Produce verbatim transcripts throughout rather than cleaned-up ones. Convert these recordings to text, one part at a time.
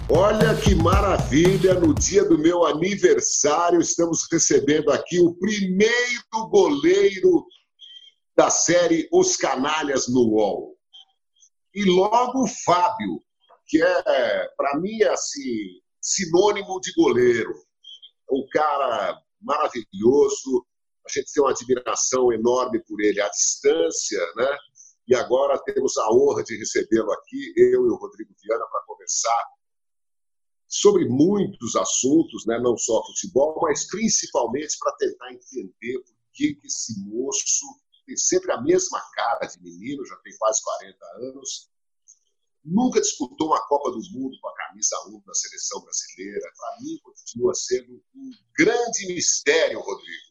Olha que maravilha, no dia do meu aniversário estamos recebendo aqui o primeiro goleiro da série Os Canalhas no U O L. E logo o Fábio, que é, para mim, assim, sinônimo de goleiro. Um cara maravilhoso, a gente tem uma admiração enorme por ele à distância, né? E agora temos a honra de recebê-lo aqui, eu e o Rodrigo Viana, para conversar sobre muitos assuntos, né? Não só futebol, mas principalmente para tentar entender por que que esse moço tem sempre a mesma cara de menino, já tem quase quarenta anos, nunca disputou uma Copa do Mundo com a camisa um da seleção brasileira. Para mim, continua sendo um grande mistério, Rodrigo.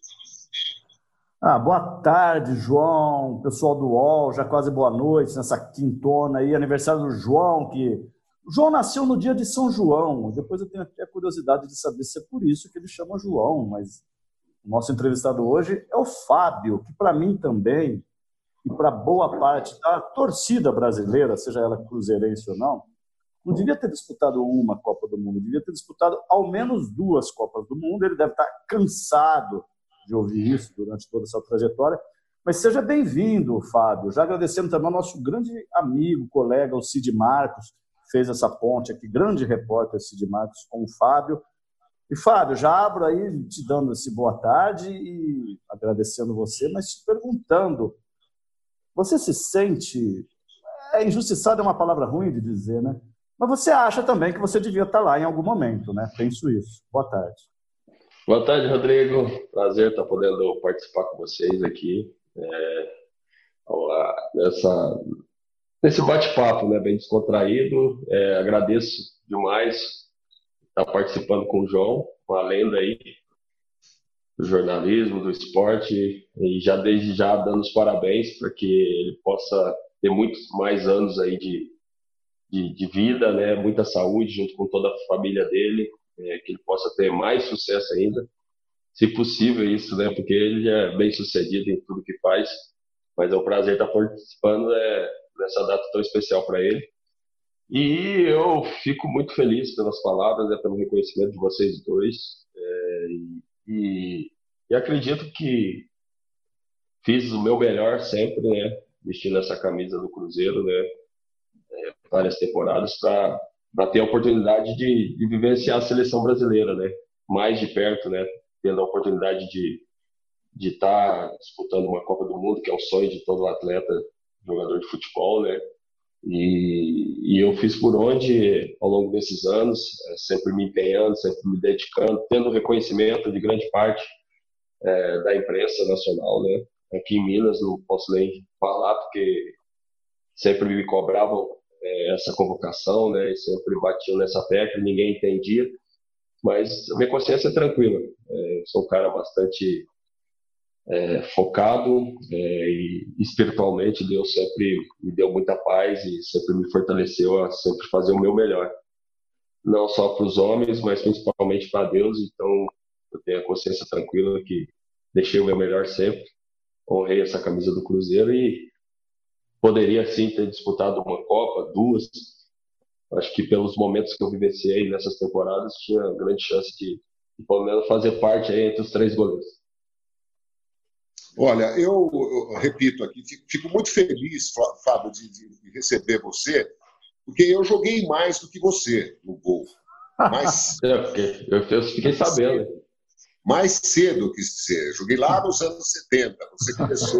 Ah, boa tarde, João, pessoal do U O L, já quase boa noite nessa quintona aí, aniversário do João, que... O João nasceu no dia de São João, depois eu tenho até a curiosidade de saber se é por isso que ele chama João, mas o nosso entrevistado hoje é o Fábio, que para mim também, e para boa parte da torcida brasileira, seja ela cruzeirense ou não, não devia ter disputado uma Copa do Mundo, devia ter disputado ao menos duas Copas do Mundo. Ele deve estar cansado de ouvir isso durante toda essa trajetória, mas seja bem-vindo, Fábio. Já agradecendo também ao nosso grande amigo, colega, o Cid Marcos, que fez essa ponte aqui, grande repórter Cid Marcos com o Fábio. E, Fábio, já abro aí te dando esse boa tarde e agradecendo você, mas te perguntando, você se sente... É, injustiçado é uma palavra ruim de dizer, né? Mas você acha também que você devia estar lá em algum momento, né? Penso isso. Boa tarde. Boa tarde, Rodrigo. Prazer estar podendo participar com vocês aqui é, nessa, nesse bate-papo, né, bem descontraído. É, agradeço demais estar participando com o João, uma lenda aí do jornalismo, do esporte, e já desde já dando os parabéns para que ele possa ter muitos mais anos aí de, de, de vida, né, muita saúde junto com toda a família dele. É, que ele possa ter mais sucesso ainda, se possível isso, né? Porque ele já é bem sucedido em tudo que faz, mas é um prazer estar participando é, nessa data tão especial para ele. E eu fico muito feliz pelas palavras, né, pelo reconhecimento de vocês dois, é, e, e acredito que fiz o meu melhor sempre, né, vestindo essa camisa do Cruzeiro, né, é, várias temporadas para para ter a oportunidade de, de vivenciar a seleção brasileira, né? Mais de perto, né? Tendo a oportunidade de de estar disputando uma Copa do Mundo, que é o sonho de todo atleta, jogador de futebol, né? E, e eu fiz por onde, ao longo desses anos, sempre me empenhando, sempre me dedicando, tendo reconhecimento de grande parte é, da imprensa nacional, né? Aqui em Minas, não posso nem falar, porque sempre me cobravam essa convocação, né, e sempre batiam nessa tecla, ninguém entendia, mas a minha consciência é tranquila. É, sou um cara bastante é, focado é, e espiritualmente Deus sempre me deu muita paz e sempre me fortaleceu a sempre fazer o meu melhor, não só para os homens, mas principalmente para Deus. Então eu tenho a consciência tranquila que deixei o meu melhor sempre, honrei essa camisa do Cruzeiro e poderia sim ter disputado uma Copa, duas. Acho que pelos momentos que eu vivenciei nessas temporadas, tinha grande chance de, de pelo menos, fazer parte aí entre os três goleiros. Olha, eu, eu repito aqui, fico, fico muito feliz, Fábio, de, de receber você, porque eu joguei mais do que você no gol. Mais, eu, fiquei, eu, eu fiquei sabendo. Cedo, mais cedo que você. Joguei lá nos anos setenta. Você começou...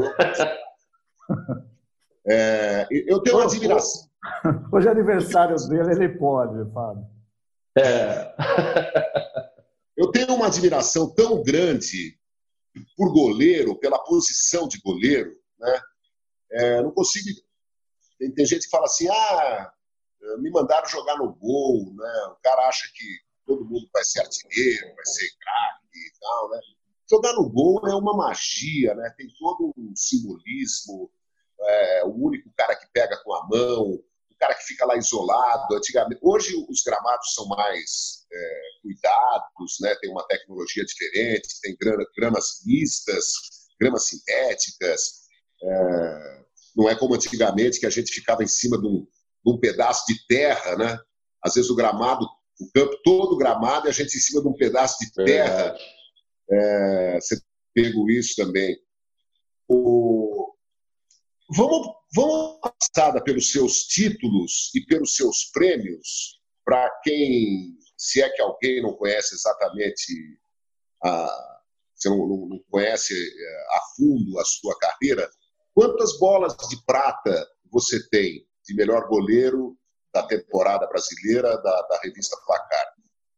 É, eu tenho uma admiração. Hoje é aniversário dele, ele pode, Fábio. É. Eu tenho uma admiração tão grande por goleiro, pela posição de goleiro, né? É, não consigo. Tem, tem gente que fala assim: ah, me mandaram jogar no gol, né? O cara acha que todo mundo vai ser artilheiro, vai ser craque e tal, né? Jogar no gol é uma magia, né? Tem todo um simbolismo. É, o único cara que pega com a mão, o cara que fica lá isolado. Antigamente, hoje os gramados são mais é, cuidados, né? Tem uma tecnologia diferente, tem gramas mistas, gramas sintéticas. É, não é como antigamente que a gente ficava em cima de um, de um pedaço de terra, né? Às vezes o gramado o campo todo gramado e a gente em cima de um pedaço de terra. É, você pegou isso também. O... Vamos, vamos passada pelos seus títulos e pelos seus prêmios, para quem, se é que alguém não conhece exatamente, a, você não, não, não conhece a fundo a sua carreira, quantas bolas de prata você tem de melhor goleiro da temporada brasileira da, da revista Placar?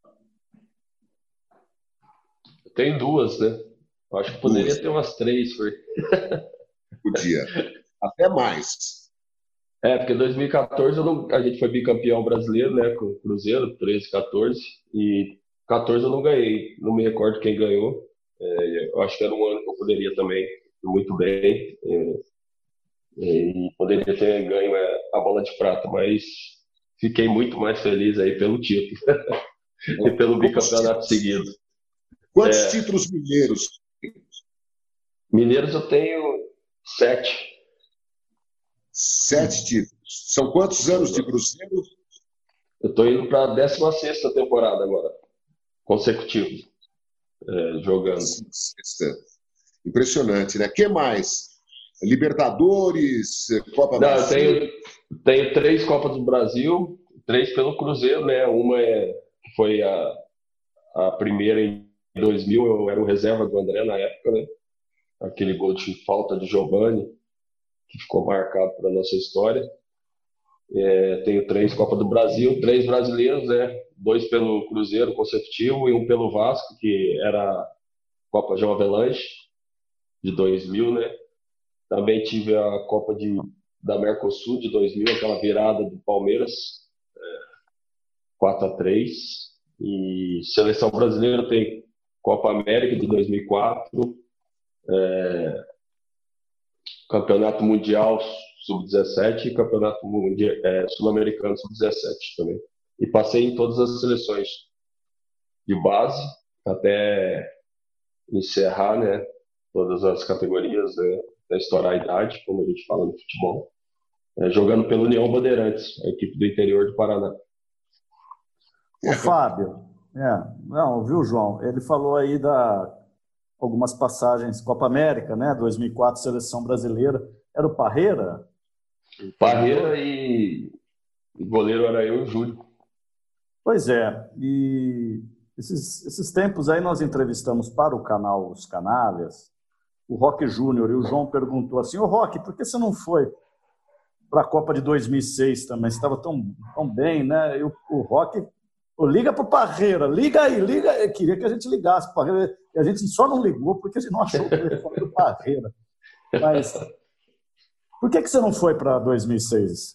Tem duas, né? Acho que poderia duas. ter umas três. Foi. Podia. Até mais. É, porque em dois mil e quatorze eu não, a gente foi bicampeão brasileiro, né? Com o Cruzeiro, treze, quatorze. E quatorze eu não ganhei. Não me recordo quem ganhou. É, eu acho que era um ano que eu poderia também muito bem. É, e poderia ter ganho a bola de prata, mas fiquei muito mais feliz aí pelo título. E pelo bicampeonato seguido. Quantos é, títulos mineiros? Mineiros eu tenho sete. Sete títulos. São quantos anos de Cruzeiro? Eu estou indo para a décima sexta temporada agora, consecutiva, é, jogando. Impressionante, né? O que mais? Libertadores, Copa Não, Brasil? Eu tenho, tenho três Copas do Brasil, três pelo Cruzeiro, né? Uma é, foi a, a primeira em Em dois mil, eu era o reserva do André na época, né? Aquele gol de falta de Giovani, que ficou marcado para a nossa história. É, tenho três Copa do Brasil, três brasileiros, né? Dois pelo Cruzeiro consecutivo e um pelo Vasco, que era a Copa João Avelange, de dois mil, né? Também tive a Copa de, da Mercosul, de dois mil, aquela virada do Palmeiras, é, quatro a três. E seleção brasileira tem Copa América de dois mil e quatro, é, Campeonato Mundial sub dezessete e Campeonato Mundial, é, Sul-Americano sub dezessete também. E passei em todas as seleções de base até encerrar, né, todas as categorias, né, até estourar a idade, como a gente fala no futebol, é, jogando pelo União Bandeirantes, a equipe do interior do Paraná. Ô, Fábio, é, não, viu, João? Ele falou aí da algumas passagens Copa América, né? dois mil e quatro, Seleção Brasileira. Era o Parreira? Parreira e o goleiro era eu e o Júlio. Pois é. E esses, esses tempos aí nós entrevistamos para o canal Os Canalhas o Roque Júnior, e o João perguntou assim: ô Roque, por que você não foi para a Copa de dois mil e seis também? Você estava tão, tão bem, né? E o, o Roque... Liga para o Parreira, liga aí, liga. Eu queria que a gente ligasse para o Parreira, e a gente só não ligou porque a gente não achou o telefone do Parreira. Mas por que, que você não foi para dois mil e seis?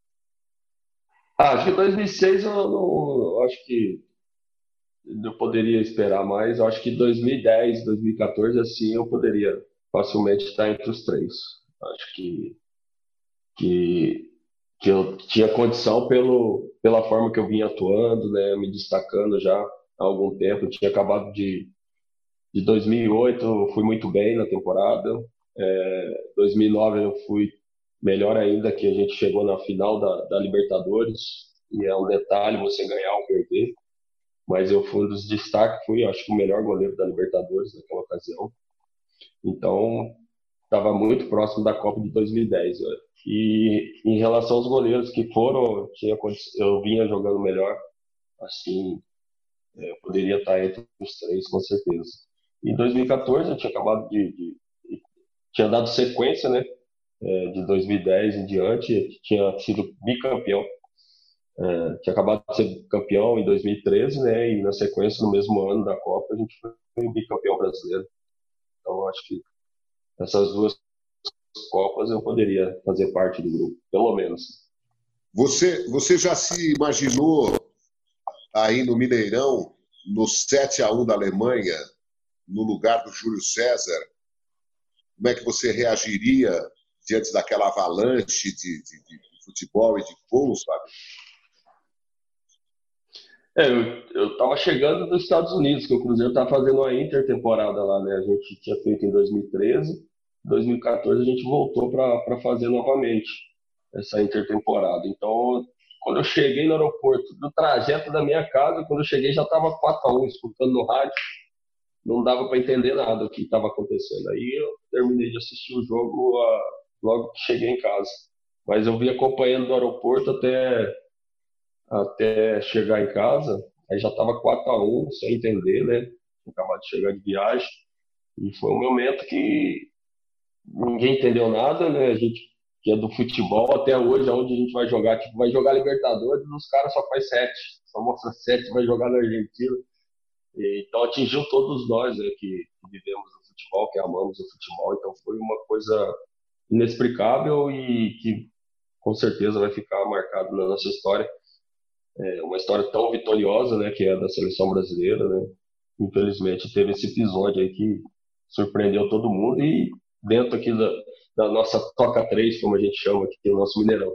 Ah, acho que dois mil e seis eu não. Eu acho que eu poderia esperar mais. Eu acho que dois mil e dez, dois mil e quatorze, assim, eu poderia facilmente estar entre os três. Acho que. que que eu tinha condição pelo, pela forma que eu vinha atuando, né, me destacando já há algum tempo. Eu tinha acabado de, de dois mil e oito, eu fui muito bem na temporada. É, dois mil e nove eu fui melhor ainda, que a gente chegou na final da, da Libertadores, e é um detalhe você ganhar ou perder, mas eu fui um dos destaques, fui, acho que o melhor goleiro da Libertadores naquela ocasião. Então, estava muito próximo da Copa de dois mil e dez. E em relação aos goleiros que foram, tinha, eu vinha jogando melhor, assim, eu poderia estar entre os três, com certeza. Em dois mil e quatorze eu tinha acabado de, de, de tinha dado sequência, né, de dois mil e dez em diante, tinha sido bicampeão, é, tinha acabado de ser campeão em dois mil e treze, né, e na sequência, no mesmo ano da Copa, a gente foi bicampeão brasileiro. Então, acho que essas duas Copas eu poderia fazer parte do grupo, pelo menos. Você, você já se imaginou aí no Mineirão, no sete a um da Alemanha, no lugar do Júlio César? Como é que você reagiria diante daquela avalanche de, de, de futebol e de gols, sabe? É, eu estava chegando dos Estados Unidos, que o Cruzeiro estava fazendo uma intertemporada lá, né? A gente tinha feito em dois mil e treze, em dois mil e quatorze a gente voltou para fazer novamente essa intertemporada. Então, quando eu cheguei no aeroporto, do trajeto da minha casa, quando eu cheguei já estava quatro a um, escutando no rádio, não dava para entender nada do que estava acontecendo. Aí eu terminei de assistir o jogo uh, logo que cheguei em casa. Mas eu vim acompanhando do aeroporto até, até chegar em casa, aí já estava quatro a um, sem entender, né? Tinha acabado de chegar de viagem, e foi um momento que ninguém entendeu nada, né? A gente que é do futebol, até hoje, aonde a gente vai jogar, tipo, vai jogar Libertadores, os caras só faz sete, só mostra sete, vai jogar na Argentina. E, então atingiu todos nós, né, que, que vivemos o futebol, que amamos o futebol. Então foi uma coisa inexplicável e que com certeza vai ficar marcado na nossa história. É uma história tão vitoriosa, né, que é a da seleção brasileira, né? Infelizmente teve esse episódio aí que surpreendeu todo mundo e dentro aqui da, da nossa Toca três, como a gente chama aqui, o nosso Mineirão.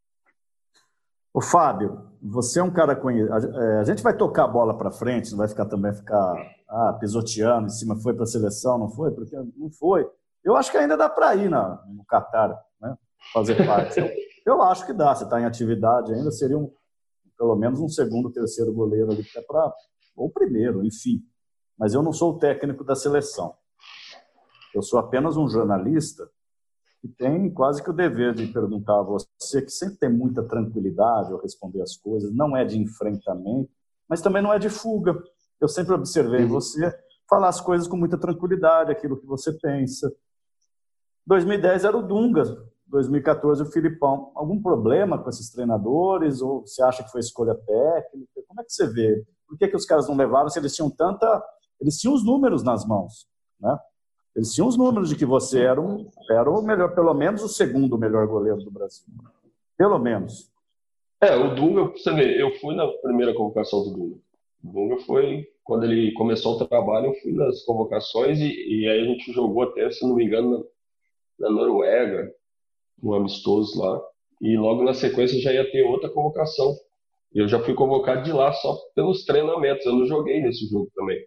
Ô, Fábio, você é um cara conhecido. A gente vai tocar a bola para frente, não vai ficar também ficar ah, pisoteando em cima, foi para a seleção, não foi? Porque não foi. Eu acho que ainda dá para ir na, no Catar, né? Fazer parte. Eu, eu acho que dá, você está em atividade ainda, seria um, pelo menos um segundo, terceiro goleiro ali, que é para, ou primeiro, enfim. Mas eu não sou o técnico da seleção. Eu sou apenas um jornalista que tem quase que o dever de perguntar a você, que sempre tem muita tranquilidade ao responder as coisas, não é de enfrentamento, mas também não é de fuga. Eu sempre observei em você falar as coisas com muita tranquilidade, aquilo que você pensa. dois mil e dez era o Dunga, dois mil e quatorze o Filipão. Algum problema com esses treinadores? Ou você acha que foi escolha técnica? Como é que você vê? Por que, que os caras não levaram se eles tinham tanta... Eles tinham os números nas mãos, né? Eles tinham os números de que você era, um, era o melhor, pelo menos o segundo melhor goleiro do Brasil. Pelo menos. É, o Dunga, você vê, eu fui na primeira convocação do Dunga. O Dunga foi, quando ele começou o trabalho, eu fui nas convocações e, e aí a gente jogou até, se não me engano, na, na Noruega, um amistoso lá. E logo na sequência já ia ter outra convocação. Eu já fui convocado de lá só pelos treinamentos. Eu não joguei nesse jogo também.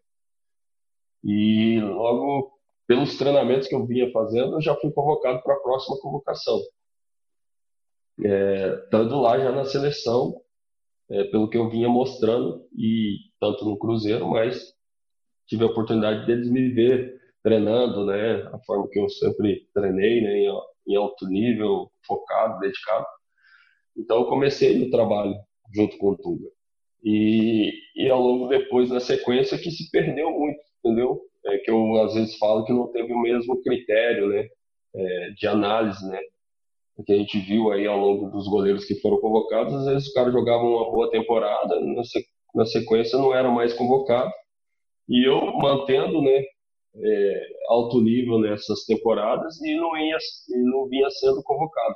E logo, pelos treinamentos que eu vinha fazendo, eu já fui convocado para a próxima convocação. É, estando lá já na seleção, é, pelo que eu vinha mostrando, e tanto no Cruzeiro, mas tive a oportunidade deles me ver treinando, né, a forma que eu sempre treinei, né, em, em alto nível, focado, dedicado. Então eu comecei no trabalho junto com o Dunga. E, e ao longo depois, na sequência, que se perdeu muito, entendeu? É que eu às vezes falo que não teve o mesmo critério, né, é, de análise, né, que a gente viu aí ao longo dos goleiros que foram convocados. Às vezes os caras jogavam uma boa temporada, na, sequ, na sequência não eram mais convocados, e eu mantendo, né, é, alto nível nessas temporadas e não, ia, e não vinha sendo convocado.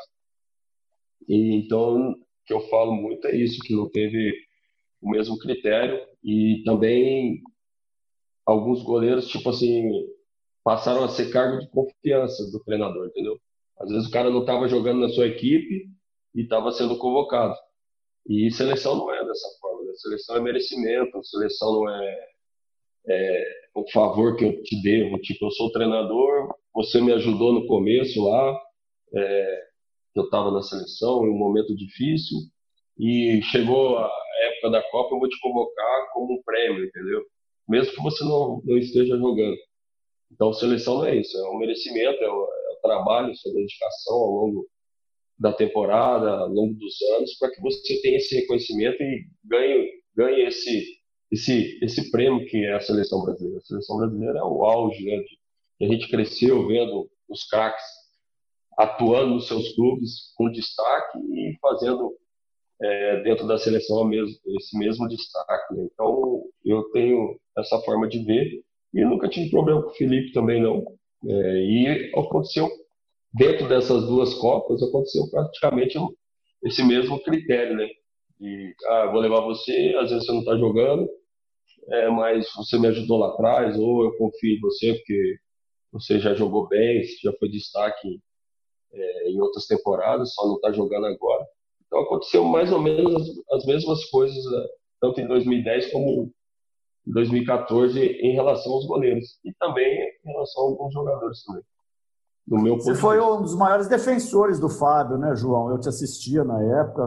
E, então, o que eu falo muito é isso, que não teve o mesmo critério, e também alguns goleiros, tipo assim, passaram a ser cargo de confiança do treinador, entendeu? Às vezes o cara não estava jogando na sua equipe e estava sendo convocado. E seleção não é dessa forma, né? Seleção é merecimento, seleção não é, é um favor que eu te devo. Tipo, eu sou treinador, você me ajudou no começo lá, é, eu estava na seleção em um momento difícil, e chegou a época da Copa, eu vou te convocar como um prêmio, entendeu? Mesmo que você não, não esteja jogando. Então, seleção não é isso, é um merecimento, é o, é o trabalho, sua dedicação ao longo da temporada, ao longo dos anos, para que você tenha esse reconhecimento e ganhe, ganhe esse, esse, esse prêmio que é a seleção brasileira. A seleção brasileira é o auge, né? De, a gente cresceu vendo os craques atuando nos seus clubes com destaque e fazendo é, dentro da seleção mesmo, esse mesmo destaque, né? Então, eu tenho essa forma de ver e nunca tive problema com o Felipe também, não. É, e aconteceu, dentro dessas duas Copas, aconteceu praticamente esse mesmo critério, né? De, ah, vou levar você, às vezes você não está jogando, é, mas você me ajudou lá atrás, ou eu confio em você porque você já jogou bem, você já foi destaque é, em outras temporadas, só não está jogando agora. Então aconteceu mais ou menos as, as mesmas coisas, tanto em dois mil e dez como em dois mil e quatorze, em relação aos goleiros. E também em relação a alguns jogadores também. Do meu Você ponto foi de vista. um dos maiores defensores do Fábio, né, João? Eu te assistia na época.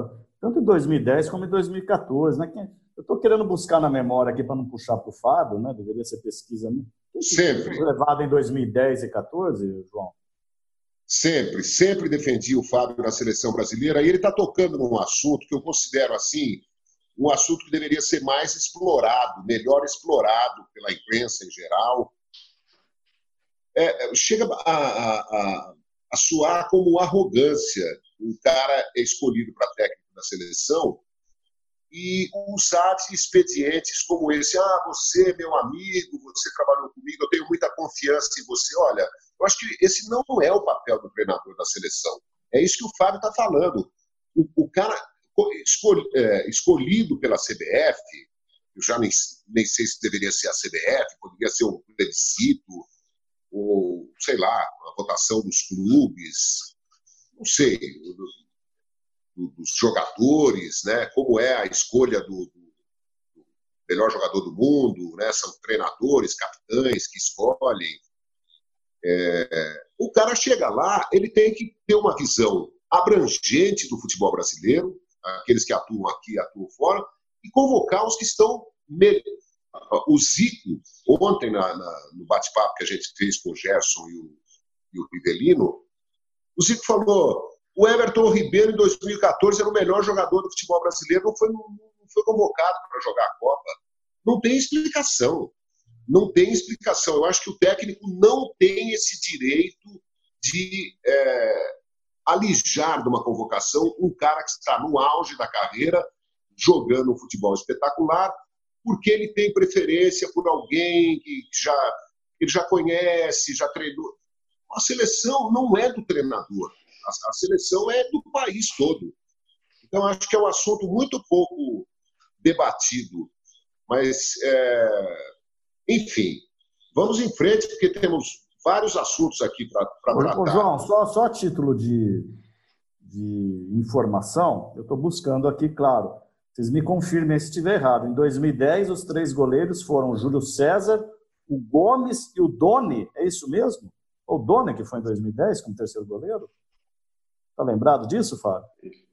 tanto em dois mil e dez como em dois mil e quatorze, né? Eu estou querendo buscar na memória aqui para não puxar para o Fábio, né? Deveria ser pesquisa minha. Sempre. Levado em dois mil e dez e quatorze, João? Sempre, sempre defendi o Fábio na seleção brasileira. E ele está tocando num assunto que eu considero assim, um assunto que deveria ser mais explorado, melhor explorado pela imprensa em geral. É, chega a, a, a, a soar como arrogância. Um cara é escolhido para técnico da seleção e usar de expedientes como esse. Ah, você é meu amigo, você trabalhou comigo, eu tenho muita confiança em você. Olha, eu acho que esse não é o papel do treinador da seleção. É isso que o Fábio está falando. O, o cara escol, é, escolhido pela C B F, eu já nem, nem sei se deveria ser a C B F, poderia ser um plebiscito, ou, sei lá, a votação dos clubes, não sei, dos jogadores, né? Como é a escolha do, do melhor jogador do mundo, né? São treinadores, capitães que escolhem. É... O cara chega lá, ele tem que ter uma visão abrangente do futebol brasileiro, aqueles que atuam aqui, atuam fora, e convocar os que estão... O Zico, ontem na, na, no bate-papo que a gente fez com o Gerson e o, e o Rivelino, o Zico falou... O Everton Ribeiro, em dois mil e quatorze, era o melhor jogador do futebol brasileiro, não foi, não foi convocado para jogar a Copa. Não tem explicação. Não tem explicação. Eu acho que o técnico não tem esse direito de é, alijar de uma convocação um cara que está no auge da carreira, jogando um futebol espetacular, porque ele tem preferência por alguém que já, ele já conhece, já treinou. A seleção não é do treinador. A seleção é do país todo. Então, acho que é um assunto muito pouco debatido. Mas, é... enfim, vamos em frente, porque temos vários assuntos aqui para tratar. Ô, João, só, só a título de, de informação, eu estou buscando aqui, claro, vocês me confirmem se estiver errado. Em dois mil e dez, os três goleiros foram o Júlio César, o Gomes e o Doni. É isso mesmo? O Doni, que foi em dois mil e dez como terceiro goleiro? Está lembrado disso, Fábio?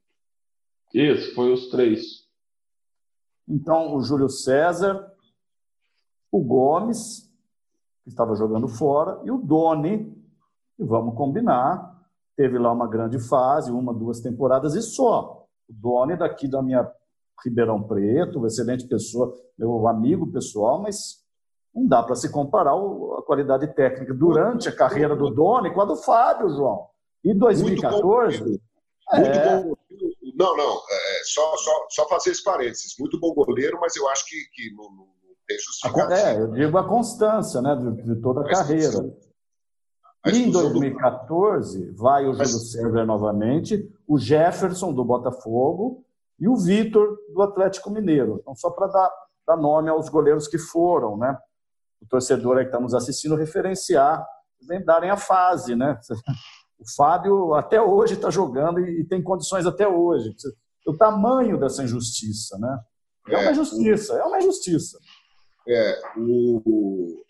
Isso, foi os três. Então, o Júlio César, o Gomes, que estava jogando fora, e o Doni, que vamos combinar, teve lá uma grande fase, uma, duas temporadas e só. O Doni daqui da minha Ribeirão Preto, uma excelente pessoa, meu amigo pessoal, mas não dá para se comparar a qualidade técnica durante a carreira do Doni com a do Fábio, João. E dois mil e quatorze? Muito bom. Muito é... bom. Não, não, é só, só, só fazer esse parênteses. Muito bom goleiro, mas eu acho que, que não, não tem justificativa. É, eu digo a constância, né, de, de toda a, a carreira. A e em dois mil e quatorze, do... vai o Júlio mas... César novamente, o Jefferson, do Botafogo, e o Vitor, do Atlético Mineiro. Então, só para dar, dar nome aos goleiros que foram, né? O torcedor aí que está nos assistindo referenciar, lembrarem a fase, né? O Fábio até hoje está jogando e tem condições até hoje. O tamanho dessa injustiça, né? É uma injustiça, é uma injustiça. É, o...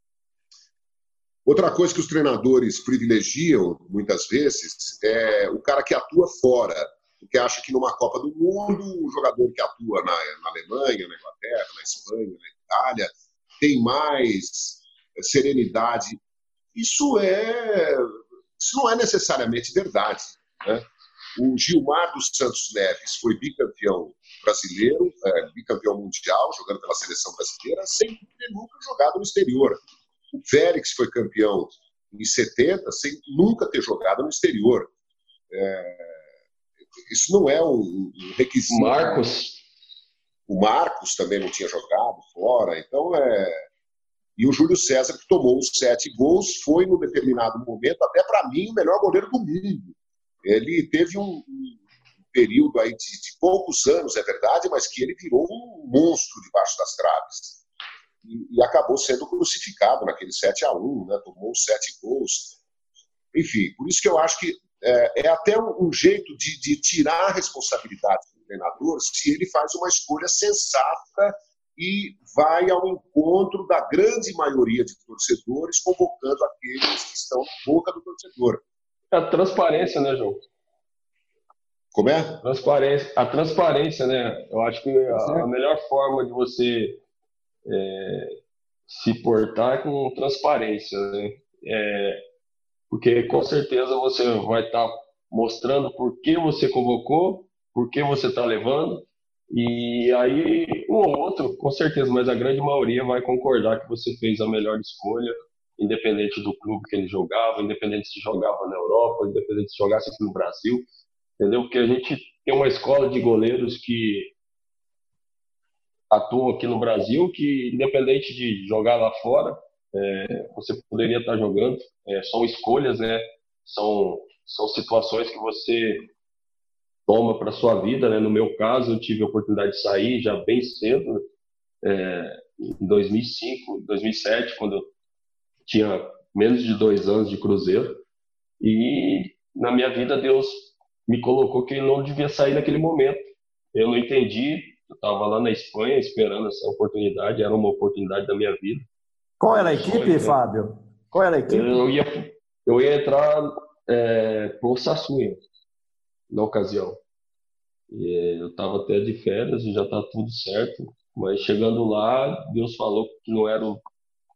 Outra coisa que os treinadores privilegiam, muitas vezes, é o cara que atua fora, porque acha que numa Copa do Mundo, o jogador que atua na, na Alemanha, na Inglaterra, na Espanha, na Itália, tem mais serenidade. Isso é... Isso não é necessariamente verdade, né? O Gilmar dos Santos Neves foi bicampeão brasileiro, é, bicampeão mundial, jogando pela seleção brasileira, sem ter nunca jogado no exterior. O Félix foi campeão em setenta, sem nunca ter jogado no exterior. É, isso não é um, um requisito. Marcos. O Marcos também não tinha jogado fora, então é... E o Júlio César, que tomou os sete gols, foi, num determinado momento, até para mim, o melhor goleiro do mundo. Ele teve um, um período aí de, de poucos anos, é verdade, mas que ele virou um monstro debaixo das traves. E, e acabou sendo crucificado naquele sete a um, né? Tomou os sete gols. Enfim, por isso que eu acho que é, é até um, um jeito de, de tirar a responsabilidade do treinador se ele faz uma escolha sensata e vai ao encontro da grande maioria de torcedores, convocando aqueles que estão na boca do torcedor. É a transparência, né, João? Como é? Transparência, a transparência, né? Eu acho que a, a melhor forma de você é, se portar é com transparência, né? É, porque com certeza você vai estar mostrando por que você convocou, por que você está levando, e aí um ou outro, com certeza, mas a grande maioria vai concordar que você fez a melhor escolha, independente do clube que ele jogava, independente se jogava na Europa, independente se jogasse aqui no Brasil, entendeu? Porque a gente tem uma escola de goleiros que atuam aqui no Brasil, que independente de jogar lá fora, é, você poderia estar jogando. É, são escolhas, né? São, são situações que você toma para sua vida, né? No meu caso, eu tive a oportunidade de sair já bem cedo, é, em dois mil e cinco, dois mil e sete, quando eu tinha menos de dois anos de Cruzeiro. E na minha vida Deus me colocou que eu não devia sair naquele momento. Eu não entendi. Eu estava lá na Espanha esperando essa oportunidade, era uma oportunidade da minha vida. Qual era a equipe, Sonho, né? Fábio? Qual era a equipe? Eu ia, eu ia entrar é, para o Sassuolo na ocasião. E eu estava até de férias e já está tudo certo, mas chegando lá, Deus falou que não era o,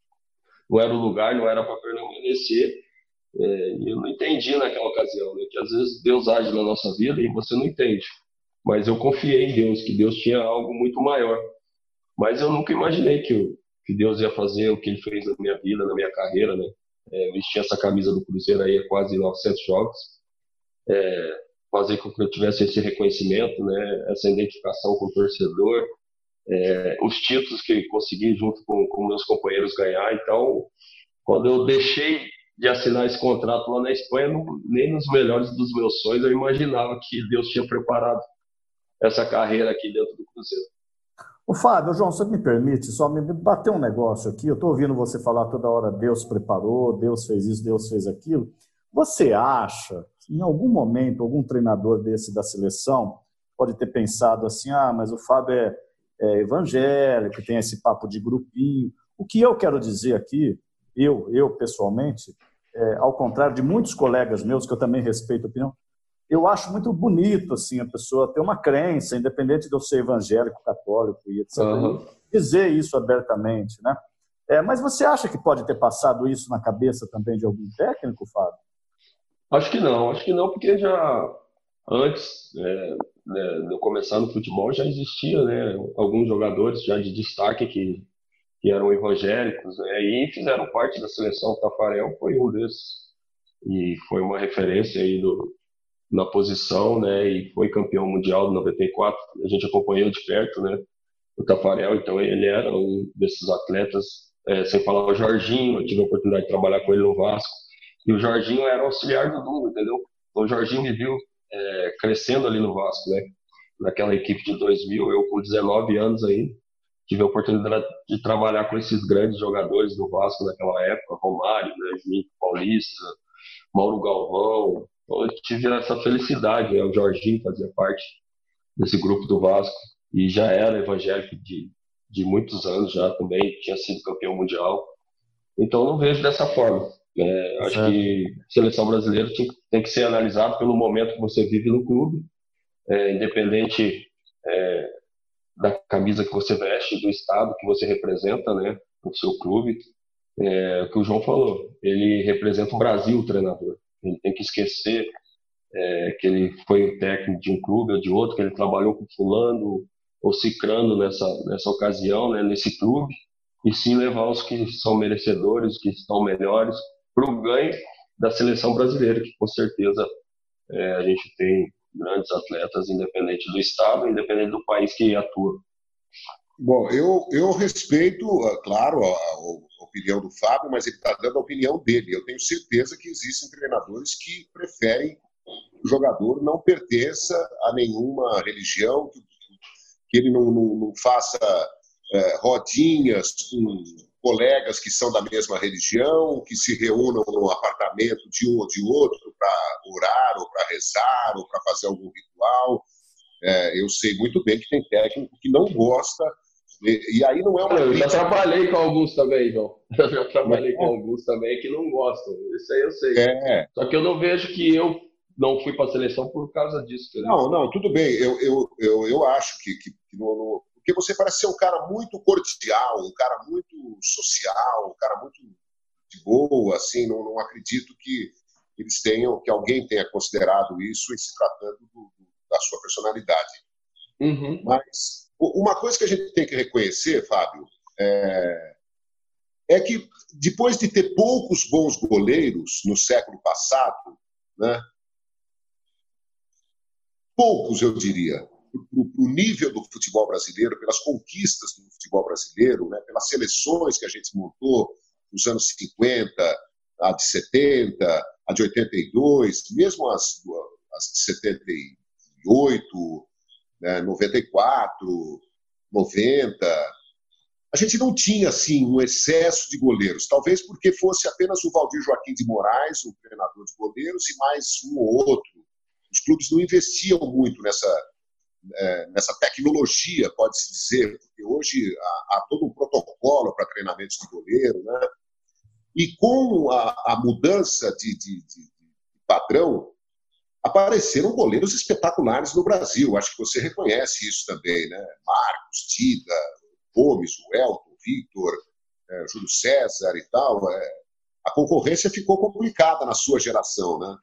não era o lugar, não era para permanecer. É, e eu não entendi naquela ocasião, né? Que às vezes Deus age na nossa vida e você não entende. Mas eu confiei em Deus, que Deus tinha algo muito maior. Mas eu nunca imaginei que, eu, que Deus ia fazer o que Ele fez na minha vida, na minha carreira, né? É, vestir essa camisa do Cruzeiro aí há quase novecentos jogos. É, fazer com que eu tivesse esse reconhecimento, né? Essa identificação com o torcedor. É, os títulos que consegui junto com, com meus companheiros ganhar. Então, quando eu deixei de assinar esse contrato lá na Espanha, não, nem nos melhores dos meus sonhos eu imaginava que Deus tinha preparado essa carreira aqui dentro do Cruzeiro. O Fábio, João, você me permite, só me bateu um negócio aqui, eu estou ouvindo você falar toda hora, Deus preparou, Deus fez isso, Deus fez aquilo. Você acha, em algum momento, algum treinador desse da seleção pode ter pensado assim, ah, mas o Fábio é, é evangélico, tem esse papo de grupinho. O que eu quero dizer aqui, eu, eu pessoalmente, é, ao contrário de muitos colegas meus, que eu também respeito a opinião, eu acho muito bonito assim, a pessoa ter uma crença, independente de eu ser evangélico, católico e etcétera, uhum. dizer isso abertamente, né? É, mas você acha que pode ter passado isso na cabeça também de algum técnico, Fábio? Acho que não, acho que não, porque já antes é, né, de eu começar no futebol já existia, né, alguns jogadores já de destaque que, que eram evangélicos, né, e fizeram parte da seleção. O Tafarel foi um desses e foi uma referência aí do na posição, né, e foi campeão mundial de noventa e quatro. A gente acompanhou de perto, né, o Tafarel, então ele era um desses atletas, é, sem falar o Jorginho. Eu tive a oportunidade de trabalhar com ele no Vasco, e o Jorginho era auxiliar do Dunga, entendeu? Então o Jorginho me viu é, crescendo ali no Vasco, né, naquela equipe de dois mil, eu com dezenove anos aí, tive a oportunidade de trabalhar com esses grandes jogadores do Vasco naquela época, Romário, né, Juninho Paulista, Mauro Galvão. Então, eu tive essa felicidade, né? O Jorginho fazia parte desse grupo do Vasco e já era evangélico de, de muitos anos já também, tinha sido campeão mundial. Então, não vejo dessa forma. É, acho é. que a seleção brasileira tem, tem que ser analisada pelo momento que você vive no clube, é, independente é, da camisa que você veste, do estado que você representa, né, no seu clube. É, o que o João falou, ele representa o Brasil, o treinador. Ele tem que esquecer é, que ele foi o técnico de um clube ou de outro, que ele trabalhou com fulano ou cicrano nessa, nessa ocasião, né, nesse clube, e sim levar os que são merecedores, os que estão melhores, para o ganho da seleção brasileira, que com certeza é, a gente tem grandes atletas, independente do estado, independente do país que atua. Bom, eu, eu respeito, claro, a, a opinião do Fábio, mas ele está dando a opinião dele. Eu tenho certeza que existem treinadores que preferem que o jogador não pertença a nenhuma religião, que, que ele não, não, não faça é, rodinhas com colegas que são da mesma religião, que se reúnam no apartamento de um ou de outro para orar, ou para rezar, ou para fazer algum ritual. É, eu sei muito bem que tem técnico que não gosta. E, e aí não é uma Eu já trabalhei com alguns também, João. Eu já trabalhei é. com alguns também que não gostam. Isso aí eu sei. É. Só que eu não vejo que eu não fui para a seleção por causa disso. Entendeu? Não, não, tudo bem. Eu, eu, eu, eu acho que, que, que no, no, porque você parece ser um cara muito cordial, um cara muito social, um cara muito de boa, assim, não, não acredito que eles tenham, que alguém tenha considerado isso em se tratando do, da sua personalidade. Uhum. Mas uma coisa que a gente tem que reconhecer, Fábio, é, é que depois de ter poucos bons goleiros no século passado, né, poucos, eu diria, para o nível do futebol brasileiro, pelas conquistas do futebol brasileiro, né, pelas seleções que a gente montou nos anos cinquenta, a de setenta, a de oitenta e dois, mesmo as, as de setenta e oito, né, noventa e quatro, noventa. A gente não tinha, assim, um excesso de goleiros, talvez porque fosse apenas o Valdir Joaquim de Moraes, o treinador de goleiros, e mais um ou outro. Os clubes não investiam muito nessa, é, nessa tecnologia, pode-se dizer, porque hoje há, há todo um protocolo para treinamentos de goleiro, né? E com a, a mudança de, de, de, de padrão, apareceram goleiros espetaculares no Brasil. Acho que você reconhece isso também, né? Marcos, Tida, Gomes, o Elton, Victor, é, Júlio César e tal. É, a concorrência ficou complicada na sua geração, né?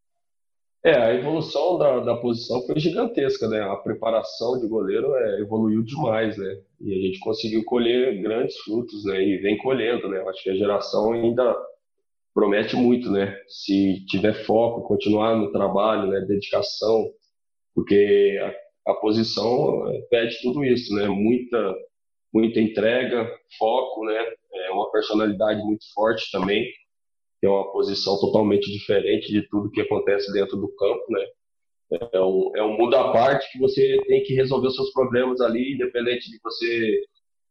É, a evolução da, da posição foi gigantesca, né? A preparação de goleiro é, evoluiu demais, né? E a gente conseguiu colher grandes frutos, né? E vem colhendo, né? Eu acho que a geração ainda promete muito, né? Se tiver foco, continuar no trabalho, né? Dedicação, porque a, a posição pede tudo isso, né? Muita, muita entrega, foco, né? É uma personalidade muito forte também, que é uma posição totalmente diferente de tudo que acontece dentro do campo, né? É um, é um mundo à parte que você tem que resolver os seus problemas ali, independente de você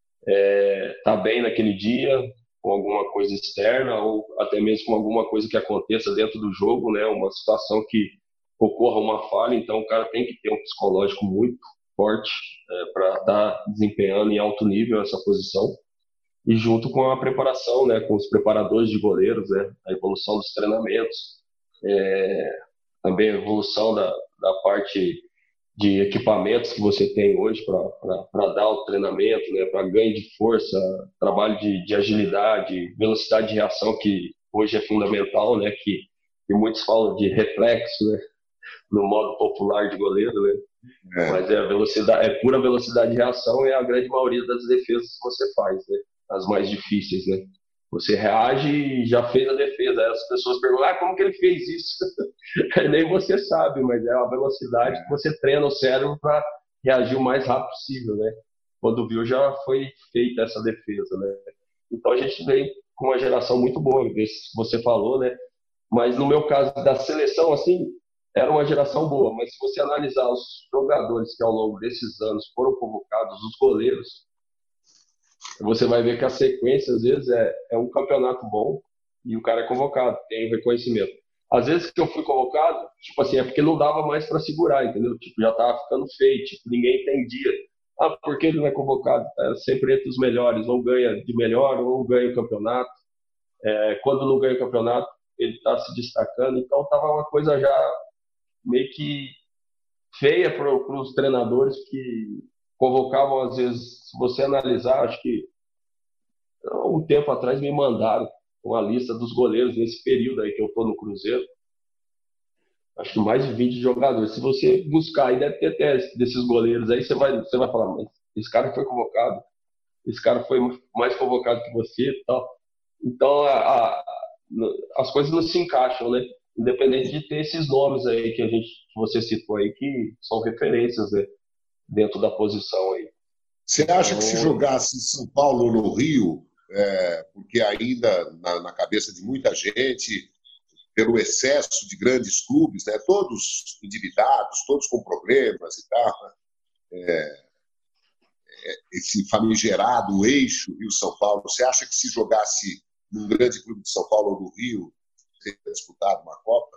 estar tá bem naquele dia, com alguma coisa externa, ou até mesmo com alguma coisa que aconteça dentro do jogo, né? Uma situação que ocorra uma falha, então o cara tem que ter um psicológico muito forte é, para estar tá desempenhando em alto nível essa posição. E junto com a preparação, né, com os preparadores de goleiros, né, a evolução dos treinamentos, é, também a evolução da, da parte de equipamentos que você tem hoje para dar o treinamento, né, para ganho de força, trabalho de, de agilidade, velocidade de reação, que hoje é fundamental, né, que, que muitos falam de reflexo, né, no modo popular de goleiro, né, é. Mas é, a velocidade, é pura velocidade de reação e é a grande maioria das defesas que você faz, né, as mais difíceis, né. Você reage e já fez a defesa. Aí as pessoas perguntam, ah, como que ele fez isso? Nem você sabe, mas é a velocidade que você treina o cérebro para reagir o mais rápido possível, né? Quando viu, já foi feita essa defesa, né? Então a gente vem com uma geração muito boa, esse que você falou, né? Mas no meu caso da seleção, assim, era uma geração boa. Mas se você analisar os jogadores que ao longo desses anos foram convocados, os goleiros, você vai ver que a sequência, às vezes, é, é um campeonato bom e o cara é convocado, tem o reconhecimento. Às vezes que eu fui convocado, tipo assim, é porque não dava mais para segurar, entendeu? Tipo, já tava ficando feio, tipo, ninguém entendia. Ah, por que ele não é convocado? É sempre entre os melhores, ou ganha de melhor, ou ganha o campeonato. É, quando não ganha o campeonato, ele tá se destacando. Então, tava uma coisa já meio que feia para os treinadores que convocavam, às vezes, se você analisar, acho que um tempo atrás me mandaram uma lista dos goleiros nesse período aí que eu estou no Cruzeiro. Acho que mais de vinte jogadores. Se você buscar aí, deve ter até desses goleiros aí, você vai, você vai falar, mas esse cara foi convocado, esse cara foi mais convocado que você e tal. Então, a, a, as coisas não se encaixam, né? Independente de ter esses nomes aí que a gente, que você citou aí, que são referências, né? Dentro da posição aí. Você acha então, que se jogasse em São Paulo ou no Rio, é, porque ainda na, na cabeça de muita gente, pelo excesso de grandes clubes, né, todos endividados, todos com problemas e tal, é, é, esse famigerado eixo Rio-São Paulo, você acha que se jogasse num grande clube de São Paulo ou no Rio, teria disputado uma Copa?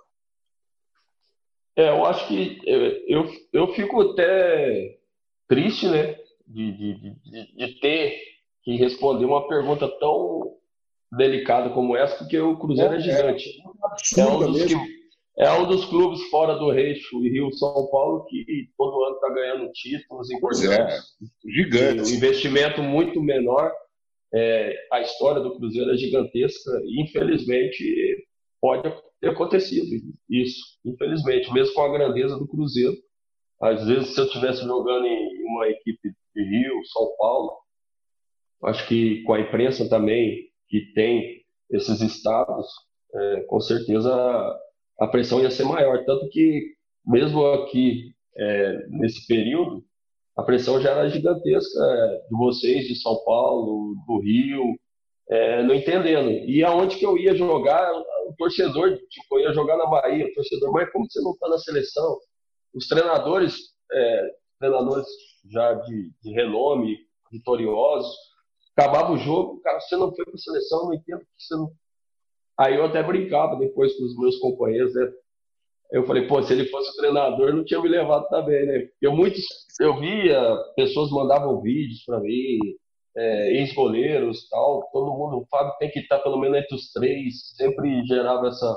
É, eu acho que eu, eu, eu fico até triste, né, de, de, de, de ter que responder uma pergunta tão delicada como essa, porque o Cruzeiro é, é gigante. É, é, um dos que, é um dos clubes fora do Eixo e Rio São Paulo que todo ano está ganhando títulos importantes. É, gigante. Um investimento muito menor. É, a história do Cruzeiro é gigantesca e, infelizmente, pode ter acontecido isso. Infelizmente, mesmo com a grandeza do Cruzeiro. Às vezes, se eu estivesse jogando em uma equipe de Rio, São Paulo, acho que com a imprensa também, que tem esses estados, é, com certeza a pressão ia ser maior. Tanto que, mesmo aqui, é, nesse período, a pressão já era gigantesca, é, de vocês, de São Paulo, do Rio, é, não entendendo. E aonde que eu ia jogar, o torcedor, tipo, eu ia jogar na Bahia, o torcedor, mas como você não está na seleção? Os treinadores, é, treinadores já de, de renome, vitoriosos, acabava o jogo, cara, você não foi para a seleção, não entendo que você não... Aí eu até brincava depois com os meus companheiros, né? Eu falei, pô, se ele fosse o treinador, não tinha me levado também, né? Eu, muitos, eu via, pessoas mandavam vídeos para mim, é, ex-goleiros tal, todo mundo, o Fábio tem que estar pelo menos entre os três, sempre gerava essa,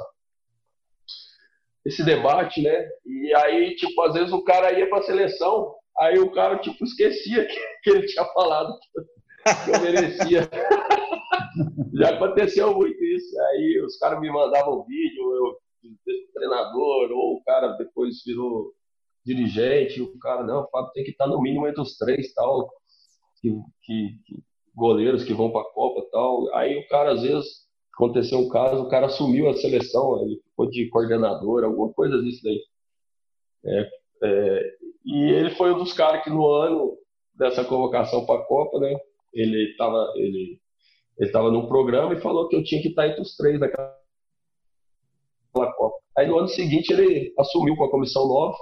esse debate, né? E aí, tipo, às vezes o cara ia para a seleção, aí o cara, tipo, esquecia que, que ele tinha falado que eu merecia. Já aconteceu muito isso. Aí os caras me mandavam vídeo, eu treinador, ou o cara depois virou dirigente, o cara, não, o Fábio tem que estar no mínimo entre os três, tal, que, que, que goleiros que vão para a Copa, tal. Aí o cara, às vezes, aconteceu um caso, o cara assumiu a seleção, ele ficou de coordenador, alguma coisa disso daí. É, é, e ele foi um dos caras que no ano dessa convocação para a Copa, né, ele estava ele, ele tava num programa e falou que eu tinha que estar entre os três naquela Copa. Aí no ano seguinte ele assumiu com a comissão nova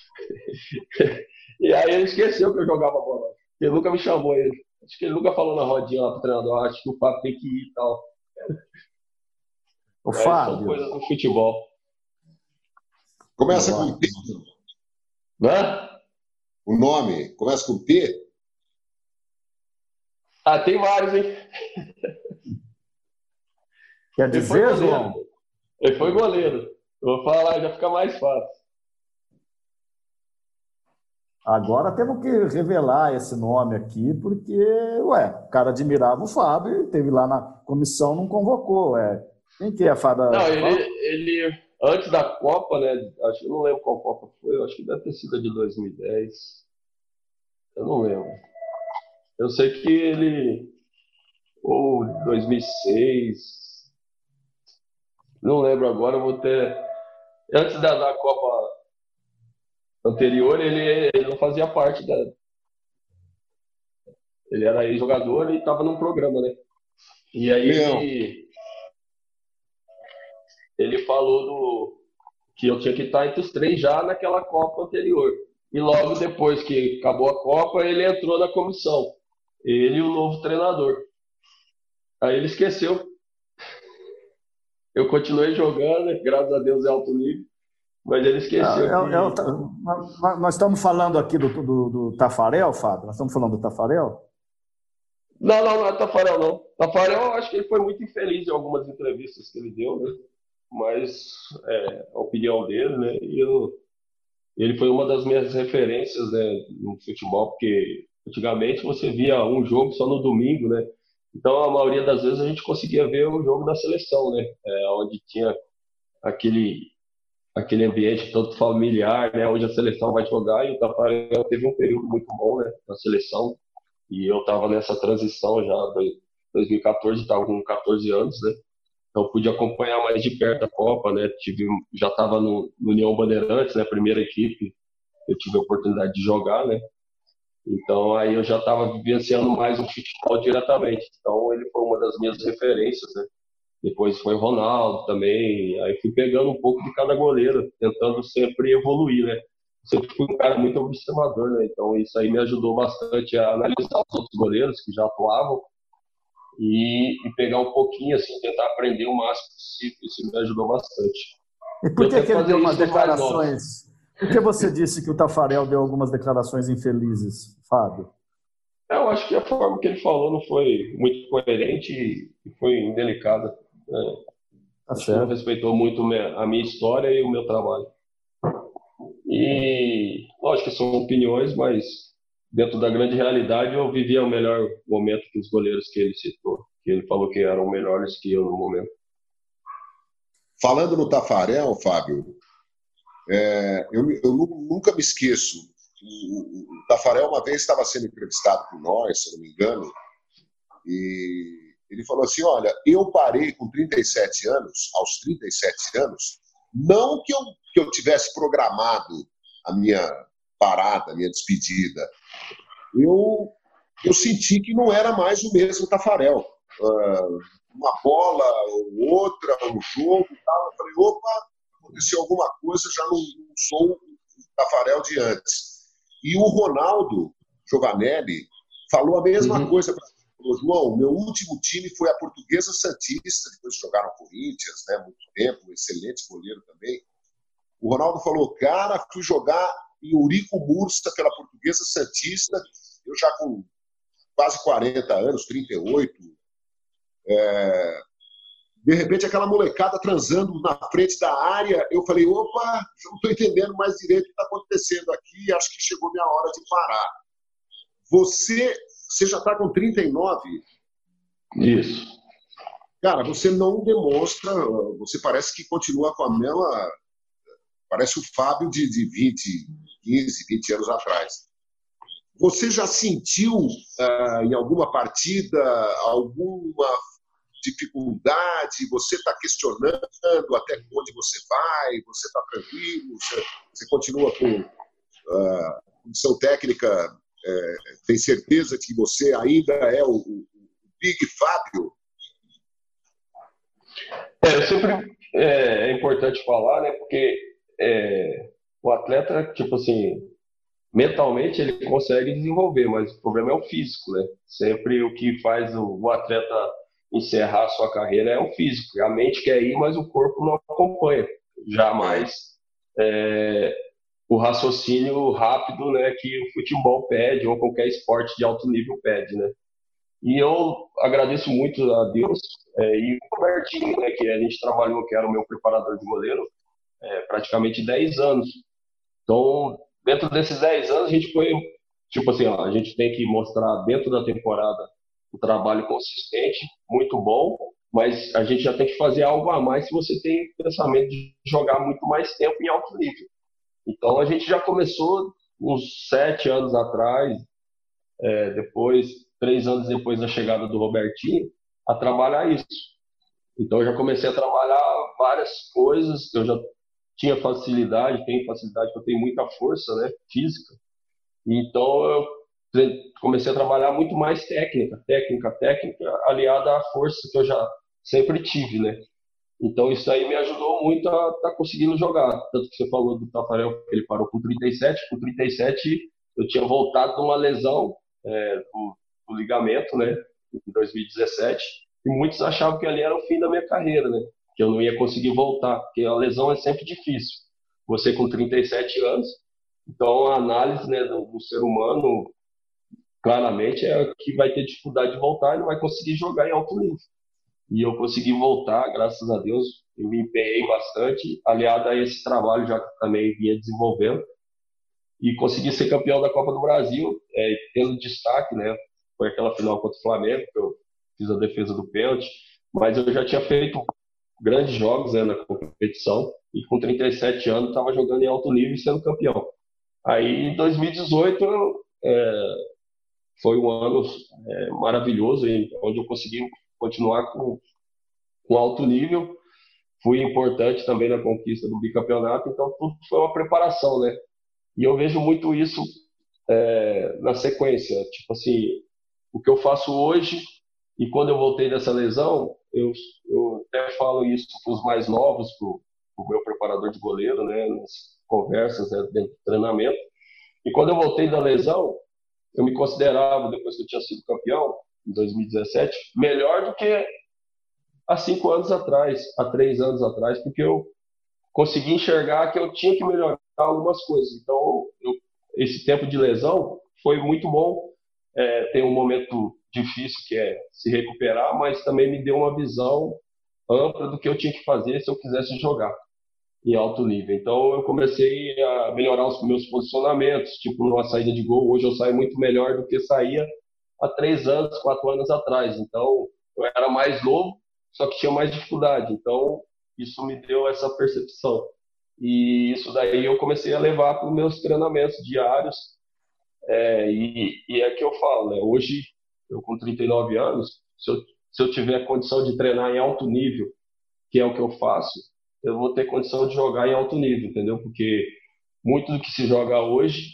e aí ele esqueceu que eu jogava bola. Ele nunca me chamou, ele. Acho que ele nunca falou na rodinha lá pro treinador, acho que o Fábio tem que ir e tal. O Fábio. São coisas do futebol. Começa com P. Hã? O nome começa com P? Ah, tem vários, hein? Quer dizer, João? Ele foi goleiro. Eu vou falar, já fica mais fácil. Agora temos que revelar esse nome aqui, porque, ué, o cara admirava o Fábio, teve lá na comissão, não convocou. Ué. Quem que é, Fábio? Não, ele, ele, antes da Copa, né? Acho que eu não lembro qual Copa foi, acho que deve ter sido a de dois mil e dez. Eu não lembro. Eu sei que ele, ou dois mil e seis, não lembro agora, eu vou ter. Antes da, da Copa anterior, ele, ele não fazia parte da. Ele era ex-jogador e estava num programa, né? E aí ele, ele falou do, que eu tinha que estar entre os três já naquela Copa anterior. E logo depois que acabou a Copa, ele entrou na comissão. Ele e o novo treinador. Aí ele esqueceu. Eu continuei jogando, graças a Deus é alto nível. Mas ele esqueceu. É, que... é, é, nós estamos falando aqui do, do, do Tafarel, Fábio? Nós estamos falando do Tafarel? Não, não, não é Tafarel, não. Tafarel, eu acho que ele foi muito infeliz em algumas entrevistas que ele deu, né? Mas é a opinião dele, né? E eu, ele foi uma das minhas referências, né, no futebol, porque antigamente você via um jogo só no domingo, né? Então, a maioria das vezes a gente conseguia ver o jogo da seleção, né? É, onde tinha aquele... aquele ambiente todo familiar, né, onde a seleção vai jogar, e o Tafarel teve um período muito bom, né, na seleção, e eu estava nessa transição já, dois mil e quatorze, estava com quatorze anos, né, então pude acompanhar mais de perto a Copa, né, tive, já estava no, no União Bandeirantes, né, primeira equipe, eu tive a oportunidade de jogar, né, então aí eu já estava vivenciando mais o futebol diretamente, então ele foi uma das minhas referências, né. Depois foi o Ronaldo também, aí fui pegando um pouco de cada goleiro, tentando sempre evoluir, né? Sempre fui um cara muito observador, né? Então isso aí me ajudou bastante a analisar os outros goleiros que já atuavam e, e pegar um pouquinho, assim, tentar aprender o máximo possível. Isso me ajudou bastante. E por que, que ele deu umas declarações? Por que você disse que o Tafarel deu algumas declarações infelizes, Fábio? Eu acho que a forma que ele falou não foi muito coerente e foi indelicada. É. Tá Acho que não respeitou muito a minha história e o meu trabalho. E, lógico que são opiniões, mas dentro da grande realidade eu vivia o melhor momento que os goleiros que ele citou, que ele falou que eram melhores que eu no momento. Falando no Taffarel, Fábio, é, eu, eu nunca me esqueço. O, o Taffarel uma vez estava sendo entrevistado por nós, se não me engano, e ele falou assim, olha, eu parei com trinta e sete anos, aos trinta e sete anos, não que eu, que eu tivesse programado a minha parada, a minha despedida. Eu, eu senti que não era mais o mesmo Taffarel. Uh, uma bola ou outra, um jogo e tal. Eu falei, opa, aconteceu alguma coisa, já não, não sou o Taffarel de antes. E o Ronaldo Giovanelli falou a mesma uhum. coisa para mim. Falou, João, meu último time foi a Portuguesa Santista, depois jogaram Corinthians, né, muito tempo, um excelente goleiro também. O Ronaldo falou, cara, fui jogar em Eurico Mursa pela Portuguesa Santista, eu já com quase quarenta anos, trinta e oito, é... de repente aquela molecada transando na frente da área, eu falei, opa, eu não estou entendendo mais direito o que está acontecendo aqui, acho que chegou minha hora de parar. Você, você já está com trinta e nove? Isso. Cara, você não demonstra, você parece que continua com a mesma, parece o Fábio de, de vinte, quinze, vinte anos atrás. Você já sentiu uh, em alguma partida alguma dificuldade? Você está questionando até onde você vai? Você está tranquilo? Você, você continua com uh, condição técnica? É, tem certeza que você ainda é o, o Big Fábio? É, eu sempre é, é importante falar, né? Porque é, o atleta, tipo assim, mentalmente ele consegue desenvolver, mas o problema é o físico, né? Sempre o que faz o, o atleta encerrar a sua carreira é o físico. A mente quer ir, mas o corpo não acompanha. Jamais é, o raciocínio rápido, né, que o futebol pede, ou qualquer esporte de alto nível pede, né? E eu agradeço muito a Deus é, e o Robertinho, né, que a gente trabalhou, que era o meu preparador de goleiro, é, praticamente dez anos. Então, dentro desses dez anos, a gente foi, tipo assim, ó, a gente tem que mostrar dentro da temporada um trabalho consistente, muito bom, mas a gente já tem que fazer algo a mais se você tem o pensamento de jogar muito mais tempo em alto nível. Então, a gente já começou uns sete anos atrás, é, depois, três anos depois da chegada do Robertinho, a trabalhar isso. Então, eu já comecei a trabalhar várias coisas, eu já tinha facilidade, tenho facilidade, porque eu tenho muita força, né, física. Então, eu comecei a trabalhar muito mais técnica, técnica, técnica, aliada à força que eu já sempre tive, né. Então, isso aí me ajudou muito a estar tá conseguindo jogar. Tanto que você falou do Taffarel, que ele parou com trinta e sete. Com trinta e sete, eu tinha voltado de uma lesão é, do, do ligamento, né, em dois mil e dezessete. E muitos achavam que ali era o fim da minha carreira, né, que eu não ia conseguir voltar, porque a lesão é sempre difícil. Você com trinta e sete anos, então a análise, né, do, do ser humano, claramente, é que vai ter dificuldade de voltar e não vai conseguir jogar em alto nível. E eu consegui voltar, graças a Deus, eu me empenhei bastante, aliado a esse trabalho já que também vinha desenvolvendo, e consegui ser campeão da Copa do Brasil, é, tendo destaque, né? Foi aquela final contra o Flamengo, que eu fiz a defesa do pênalti, mas eu já tinha feito grandes jogos, né, na competição, e com trinta e sete anos estava jogando em alto nível e sendo campeão. Aí, em dois mil e dezoito, é, foi um ano é, maravilhoso, onde eu consegui continuar com, com alto nível. Fui importante também na conquista do bicampeonato, então tudo foi uma preparação, né? E eu vejo muito isso é, na sequência, tipo assim, o que eu faço hoje e quando eu voltei dessa lesão, eu, eu até falo isso para os mais novos, para o meu preparador de goleiro, né, nas conversas, né, dentro do treinamento. E quando eu voltei da lesão, eu me considerava, depois que eu tinha sido campeão, em dois mil e dezessete, melhor do que há cinco anos atrás, há três anos atrás, porque eu consegui enxergar que eu tinha que melhorar algumas coisas. Então, eu, esse tempo de lesão foi muito bom. É, tem um momento difícil que é se recuperar, mas também me deu uma visão ampla do que eu tinha que fazer se eu quisesse jogar em alto nível. Então eu comecei a melhorar os meus posicionamentos, tipo numa saída de gol. Hoje eu saio muito melhor do que saía há três anos, quatro anos atrás. Então eu era mais novo, só que tinha mais dificuldade. Então isso me deu essa percepção. E isso daí eu comecei a levar para os meus treinamentos diários. É, e, e é que eu falo, né? Hoje, eu com trinta e nove anos, se eu, se eu tiver condição de treinar em alto nível, que é o que eu faço, eu vou ter condição de jogar em alto nível, entendeu? Porque muito do que se joga hoje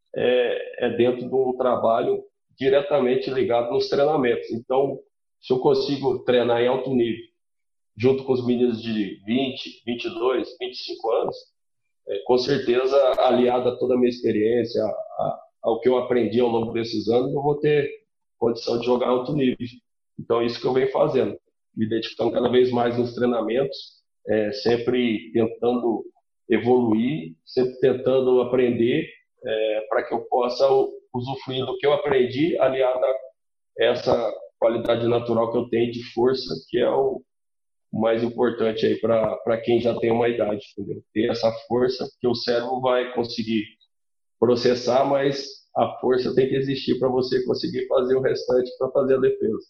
é, é dentro de um trabalho diretamente ligado nos treinamentos. Então, se eu consigo treinar em alto nível, junto com os meninos de vinte, vinte e dois, vinte e cinco anos, é, com certeza, aliado a toda a minha experiência, a, a, ao que eu aprendi ao longo desses anos, eu vou ter condição de jogar em alto nível. Então, isso que eu venho fazendo, me dedicando cada vez mais nos treinamentos, é, sempre tentando evoluir, sempre tentando aprender, é, para que eu possa usufruir do que eu aprendi, aliado a essa qualidade natural que eu tenho de força, que é o mais importante aí para quem já tem uma idade, entendeu? Ter essa força que o cérebro vai conseguir processar, mas a força tem que existir para você conseguir fazer o restante para fazer a defesa.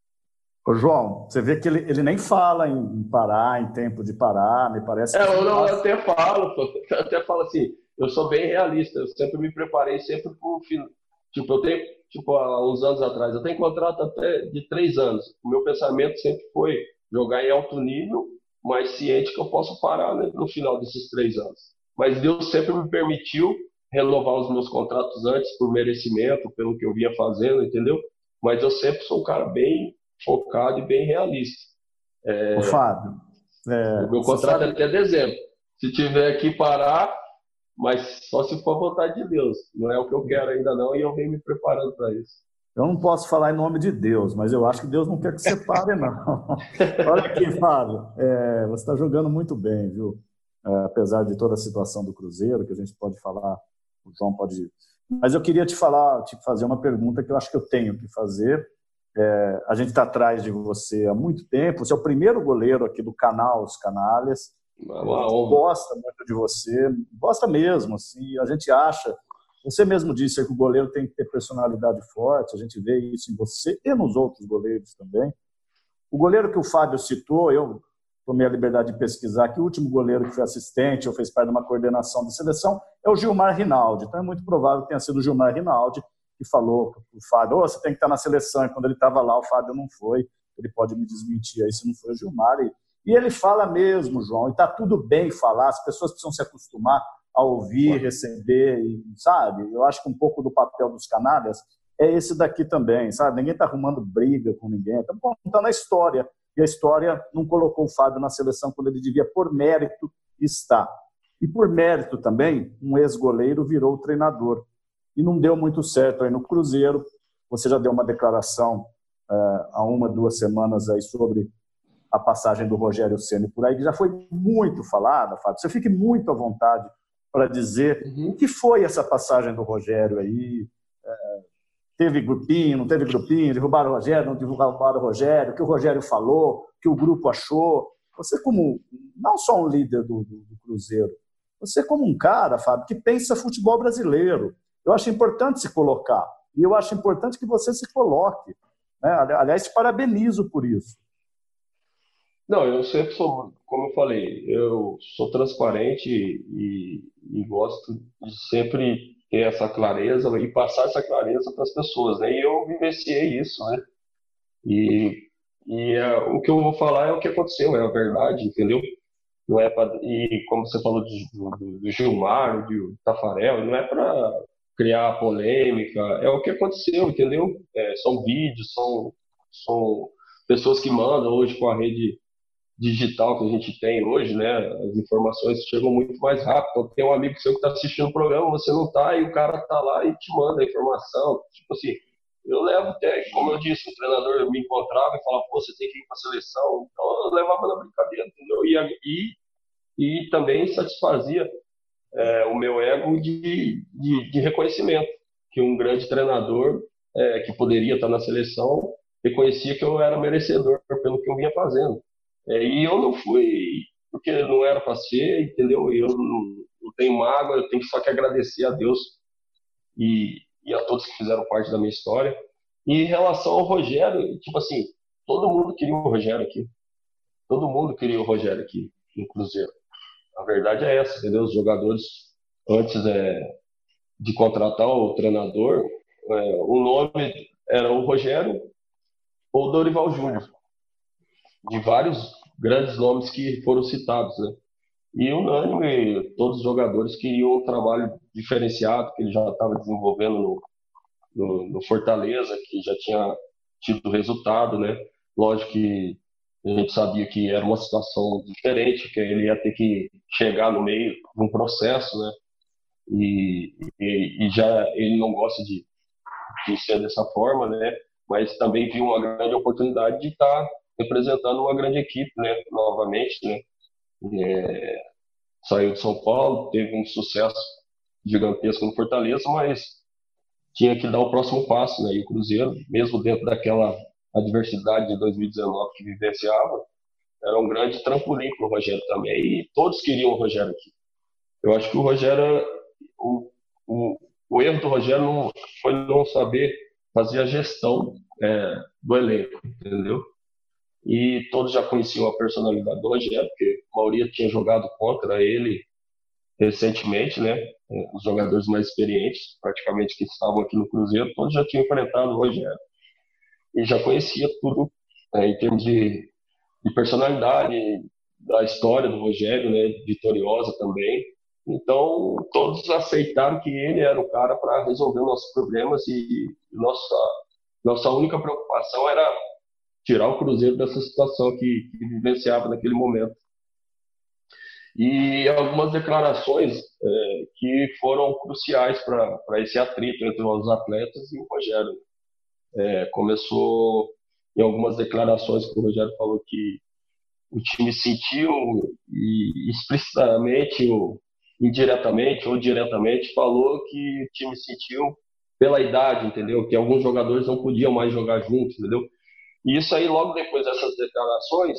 Ô, João, você vê que ele, ele nem fala em parar, em tempo de parar, me parece que... É, eu, não, eu até falo, pô, eu até falo assim, eu sou bem realista, eu sempre me preparei sempre para o fim. Tipo, eu tenho, tipo, há uns anos atrás, eu tenho contrato até de três anos. O meu pensamento sempre foi jogar em alto nível, mas ciente que eu posso parar, né, no final desses três anos. Mas Deus sempre me permitiu renovar os meus contratos antes, por merecimento, pelo que eu vinha fazendo, entendeu? Mas eu sempre sou um cara bem focado e bem realista. É, Ô, Fábio, é, o meu contrato é até dezembro. Se tiver que parar, mas só se for a vontade de Deus. Não é o que eu quero ainda não, e eu venho me preparando para isso. Eu não posso falar em nome de Deus, mas eu acho que Deus não quer que você pare, não. Olha aqui, Fábio, é, você está jogando muito bem, viu? É, apesar de toda a situação do Cruzeiro, que a gente pode falar, o João pode... Mas eu queria te falar, te fazer uma pergunta que eu acho que eu tenho que fazer. É, a gente está atrás de você há muito tempo, você é o primeiro goleiro aqui do canal Os Canalhas. A gente gosta muito de você, gosta mesmo, assim, a gente acha... Você mesmo disse que o goleiro tem que ter personalidade forte, a gente vê isso em você e nos outros goleiros também. O goleiro que o Fábio citou, eu tomei a liberdade de pesquisar que o último goleiro que foi assistente ou fez parte de uma coordenação de seleção é o Gilmar Rinaldi. Então é muito provável que tenha sido o Gilmar Rinaldi que falou para o Fábio, oh, você tem que estar na seleção, e quando ele estava lá o Fábio não foi. Ele pode me desmentir aí se não foi o Gilmar. E, e ele fala mesmo, João, e está tudo bem falar, as pessoas precisam se acostumar a ouvir, receber, e, sabe? Eu acho que um pouco do papel dos canalhas é esse daqui também, sabe? Ninguém está arrumando briga com ninguém, estamos contando a história, e a história não colocou o Fábio na seleção quando ele devia, por mérito, estar. E por mérito também, um ex-goleiro virou treinador, e não deu muito certo aí no Cruzeiro. Você já deu uma declaração uh, há uma, duas semanas aí sobre a passagem do Rogério Ceni por aí, que já foi muito falada, Fábio. Você fique muito à vontade para dizer uhum. o que foi essa passagem do Rogério aí. É, teve grupinho, não teve grupinho, derrubaram o Rogério, não derrubaram o Rogério, o que o Rogério falou, o que o grupo achou. Você como, não só um líder do, do, do Cruzeiro, você como um cara, Fábio, que pensa futebol brasileiro. Eu acho importante se colocar, e eu acho importante que você se coloque. Né? Aliás, te parabenizo por isso. Não, eu sempre sou, como eu falei, eu sou transparente e, e gosto de sempre ter essa clareza e passar essa clareza para as pessoas, né? E eu vivenciei isso, né? E, e é, o que eu vou falar é o que aconteceu, é a verdade, entendeu? Não é pra, e como você falou do, do, do Gilmar, do Tafarel, não é para criar polêmica, é o que aconteceu, entendeu? É, são vídeos, são, são pessoas que mandam hoje com a rede digital que a gente tem hoje, né? As informações chegam muito mais rápido. Então, tem um amigo seu que está assistindo o programa, você não está, e o cara está lá e te manda a informação. Tipo assim, eu levo até, como eu disse, o treinador me encontrava e falava, pô, você tem que ir para a seleção. Então, eu levava na brincadeira, entendeu? E, e, e também satisfazia é, o meu ego de, de, de reconhecimento, que um grande treinador é, que poderia estar na seleção reconhecia que eu era merecedor pelo que eu vinha fazendo. É, e eu não fui, porque não era para ser, entendeu? Eu não, não tenho mágoa, eu tenho só que agradecer a Deus e, e a todos que fizeram parte da minha história. E em relação ao Rogério, tipo assim, todo mundo queria o Rogério aqui. Todo mundo queria o Rogério aqui no Cruzeiro. A verdade é essa, entendeu? Os jogadores, antes é, de contratar o treinador, é, o nome era o Rogério ou o Dorival Júnior, de vários grandes nomes que foram citados, né? E unânime, todos os jogadores queriam um trabalho diferenciado que ele já estava desenvolvendo no, no, no Fortaleza, que já tinha tido resultado, né? Lógico que a gente sabia que era uma situação diferente, que ele ia ter que chegar no meio de um processo, né? E, e, e já ele não gosta de, de ser dessa forma, né? Mas também viu uma grande oportunidade de estar representando uma grande equipe, né? Novamente, né? É, saiu de São Paulo, teve um sucesso gigantesco no Fortaleza, mas tinha que dar o próximo passo, né? E o Cruzeiro, mesmo dentro daquela adversidade de dois mil e dezenove que vivenciava, era um grande trampolim para o Rogério também. E todos queriam o Rogério aqui. Eu acho que o Rogério, o, o, o erro do Rogério não, foi não saber fazer a gestão é, do elenco, entendeu? E todos já conheciam a personalidade do Rogério, porque a maioria tinha jogado contra ele recentemente, né? Os jogadores mais experientes, praticamente que estavam aqui no Cruzeiro, todos já tinham enfrentado o Rogério. E já conhecia tudo é, em termos de, de personalidade, da história do Rogério, né? Vitoriosa também. Então, todos aceitaram que ele era o cara para resolver os nossos problemas e nossa, nossa única preocupação era tirar o Cruzeiro dessa situação que, que vivenciava naquele momento. E algumas declarações é, que foram cruciais para esse atrito entre os atletas e o Rogério. É, começou em algumas declarações que o Rogério falou que o time sentiu e explicitamente ou indiretamente ou diretamente falou que o time sentiu pela idade, entendeu? Que alguns jogadores não podiam mais jogar juntos, entendeu? E isso aí, logo depois dessas declarações,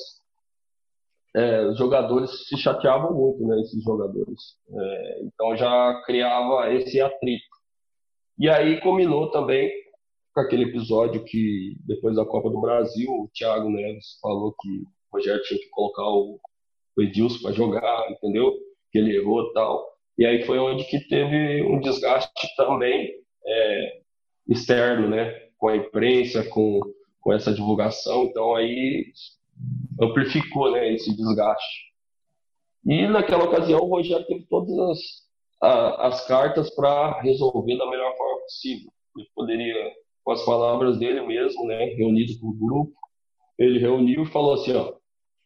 é, os jogadores se chateavam muito, né, esses jogadores. É, então já criava esse atrito. E aí combinou também com aquele episódio que, depois da Copa do Brasil, o Thiago Neves falou que o Rogério tinha que colocar o, o Edilson para jogar, entendeu? Que ele errou e tal. E aí foi onde que teve um desgaste também é, externo, né? Com a imprensa, com, com essa divulgação. Então aí amplificou, né, esse desgaste. E naquela ocasião o Rogério teve todas as, a, as cartas para resolver da melhor forma possível. Ele poderia, com as palavras dele mesmo, né, reunido com o grupo, ele reuniu e falou assim, ó,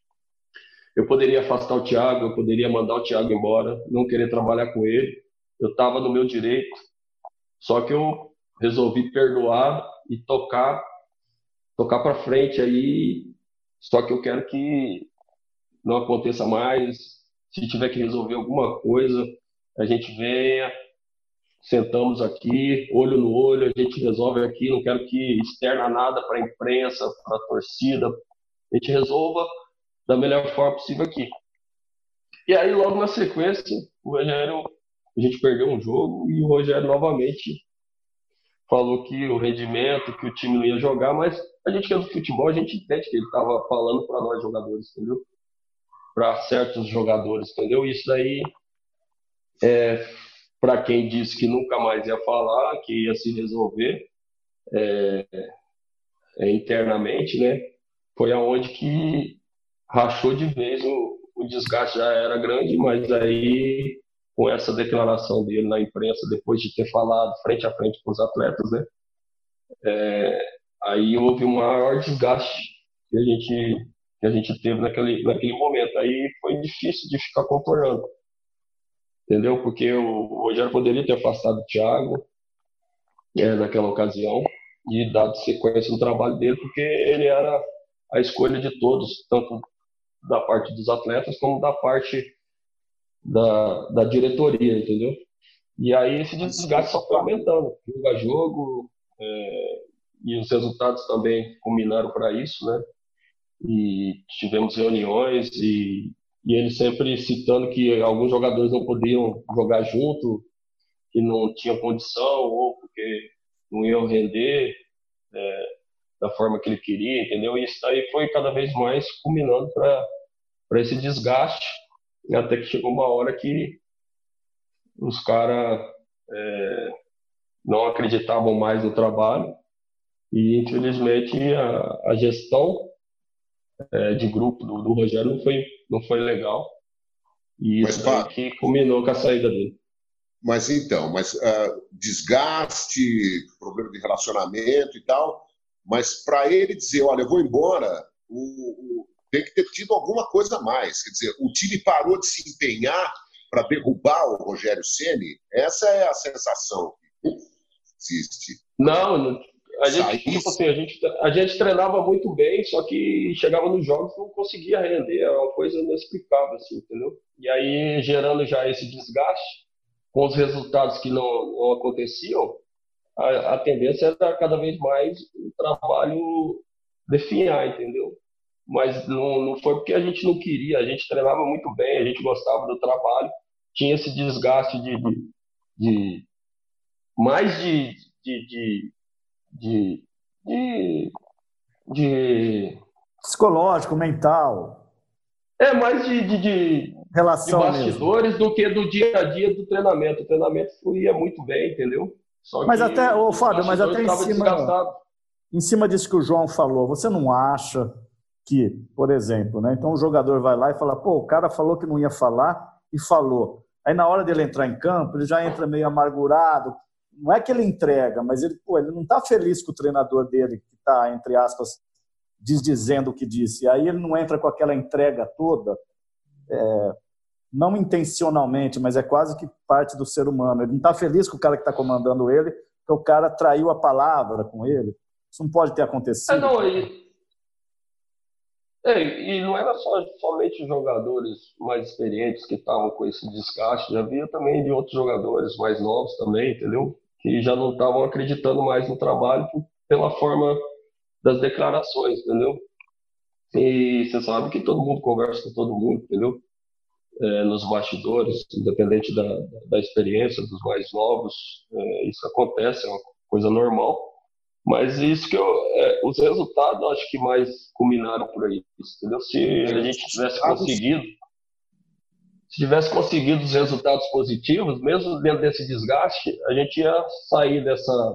eu poderia afastar o Thiago, eu poderia mandar o Thiago embora, não querer trabalhar com ele, eu estava no meu direito, só que eu resolvi perdoar e tocar, tocar para frente aí, só que eu quero que não aconteça mais. Se tiver que resolver alguma coisa, a gente venha, sentamos aqui, olho no olho, a gente resolve aqui. Não quero que externa nada para a imprensa, para a torcida. A gente resolva da melhor forma possível aqui. E aí, logo na sequência, o Rogério, a gente perdeu um jogo e o Rogério novamente falou que o rendimento, que o time não ia jogar, mas a gente que é do futebol, a gente entende que ele estava falando para nós jogadores, entendeu? Para certos jogadores, entendeu? Isso daí, é, para quem disse que nunca mais ia falar, que ia se resolver é, é, internamente, né? Foi aonde que rachou de vez, o, o desgaste já era grande, mas aí com essa declaração dele na imprensa, depois de ter falado frente a frente com os atletas, né? É, aí houve um maior desgaste que a gente que a gente teve naquele, naquele momento. Aí foi difícil de ficar contornando, entendeu? Porque o Rogério poderia ter afastado o Thiago é, naquela ocasião e dado sequência no trabalho dele, porque ele era a escolha de todos, tanto da parte dos atletas como da parte da, da diretoria, entendeu? E aí esse desgaste só foi aumentando, jogo a jogo, é, e os resultados também combinaram para isso, né? e tivemos reuniões e, e ele sempre citando que alguns jogadores não podiam jogar junto, que não tinham condição ou porque não iam render é, da forma que ele queria, entendeu? E isso aí foi cada vez mais culminando para para esse desgaste, até que chegou uma hora que os caras é, não acreditavam mais no trabalho e, infelizmente, a, a gestão é, de grupo do, do Rogério não foi, não foi legal. E Mas, isso pá, aí que culminou com a saída dele. mas então, mas uh, desgaste, problema de relacionamento e tal, mas para ele dizer, olha, eu vou embora, o, o, tem que ter tido alguma coisa a mais. Quer dizer, o time parou de se empenhar para derrubar o Rogério Ceni. Essa é a sensação que existe. Não, a gente, Saísse... tipo assim, a gente, a gente treinava muito bem, só que chegava nos jogos e não conseguia render, é uma coisa inexplicável, assim, entendeu? E aí, gerando já esse desgaste, com os resultados que não, não aconteciam, a, a tendência era cada vez mais o trabalho definhar, entendeu? Mas não, não foi porque a gente não queria, a gente treinava muito bem, a gente gostava do trabalho, tinha esse desgaste de, de, de mais de, de, de, de, de, de Psicológico, mental, é mais de, de, de, de relação mesmo. bastidores do que do dia a dia do treinamento. O treinamento fluía muito bem, entendeu? Só Mas que até, ô os Fábio, mas bastidores até em estavam cima, desgastados. em cima disso que o João falou, você não acha que, por exemplo, né? Então o jogador vai lá e fala, pô, o cara falou que não ia falar e falou. Aí na hora dele entrar em campo, ele já entra meio amargurado. Não é que ele entrega, mas ele, pô, ele não está feliz com o treinador dele, que está, entre aspas, desdizendo o que disse. Aí ele não entra com aquela entrega toda, é, não intencionalmente, mas é quase que parte do ser humano. Ele não está feliz com o cara que está comandando ele, porque o cara traiu a palavra com ele. Isso não pode ter acontecido. É, não, e, é, e não era só, somente os jogadores mais experientes que estavam com esse desgaste, já havia também de outros jogadores mais novos também, entendeu? Que já não estavam acreditando mais no trabalho pela forma das declarações, entendeu? E você sabe que todo mundo conversa com todo mundo, entendeu? É, nos bastidores, independente da, da experiência dos mais novos, é, isso acontece, é uma coisa normal. Mas isso que eu, é, os resultados acho que mais culminaram por aí, entendeu? Se a gente tivesse conseguido, se tivesse conseguido os resultados positivos, mesmo dentro desse desgaste, a gente ia sair dessa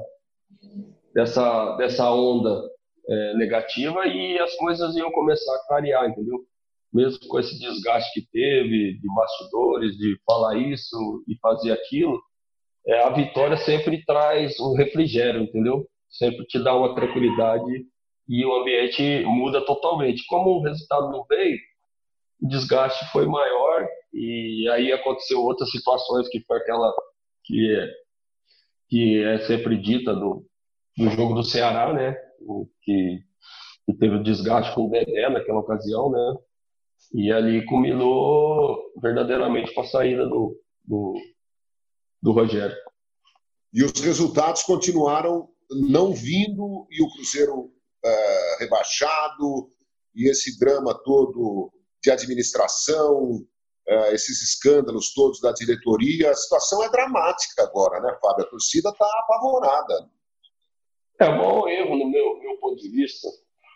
dessa dessa onda é, negativa e as coisas iam começar a clarear, entendeu? Mesmo com esse desgaste que teve de bastidores, de falar isso e fazer aquilo, é, a vitória sempre traz um refrigério, entendeu? Sempre te dá uma tranquilidade e o ambiente muda totalmente. Como o resultado não veio, o desgaste foi maior e aí aconteceu outras situações que foi aquela que é, que é sempre dita do, do jogo do Ceará, né? Que, que teve o desgaste com o Dedé naquela ocasião, né? E ali culminou verdadeiramente com a saída do, do, do Rogério. E os resultados continuaram não vindo e o Cruzeiro é, rebaixado e esse drama todo de administração, é, esses escândalos todos da diretoria. A situação é dramática agora, né, Fábio? A torcida está apavorada. É um maior erro, no meu, meu ponto de vista.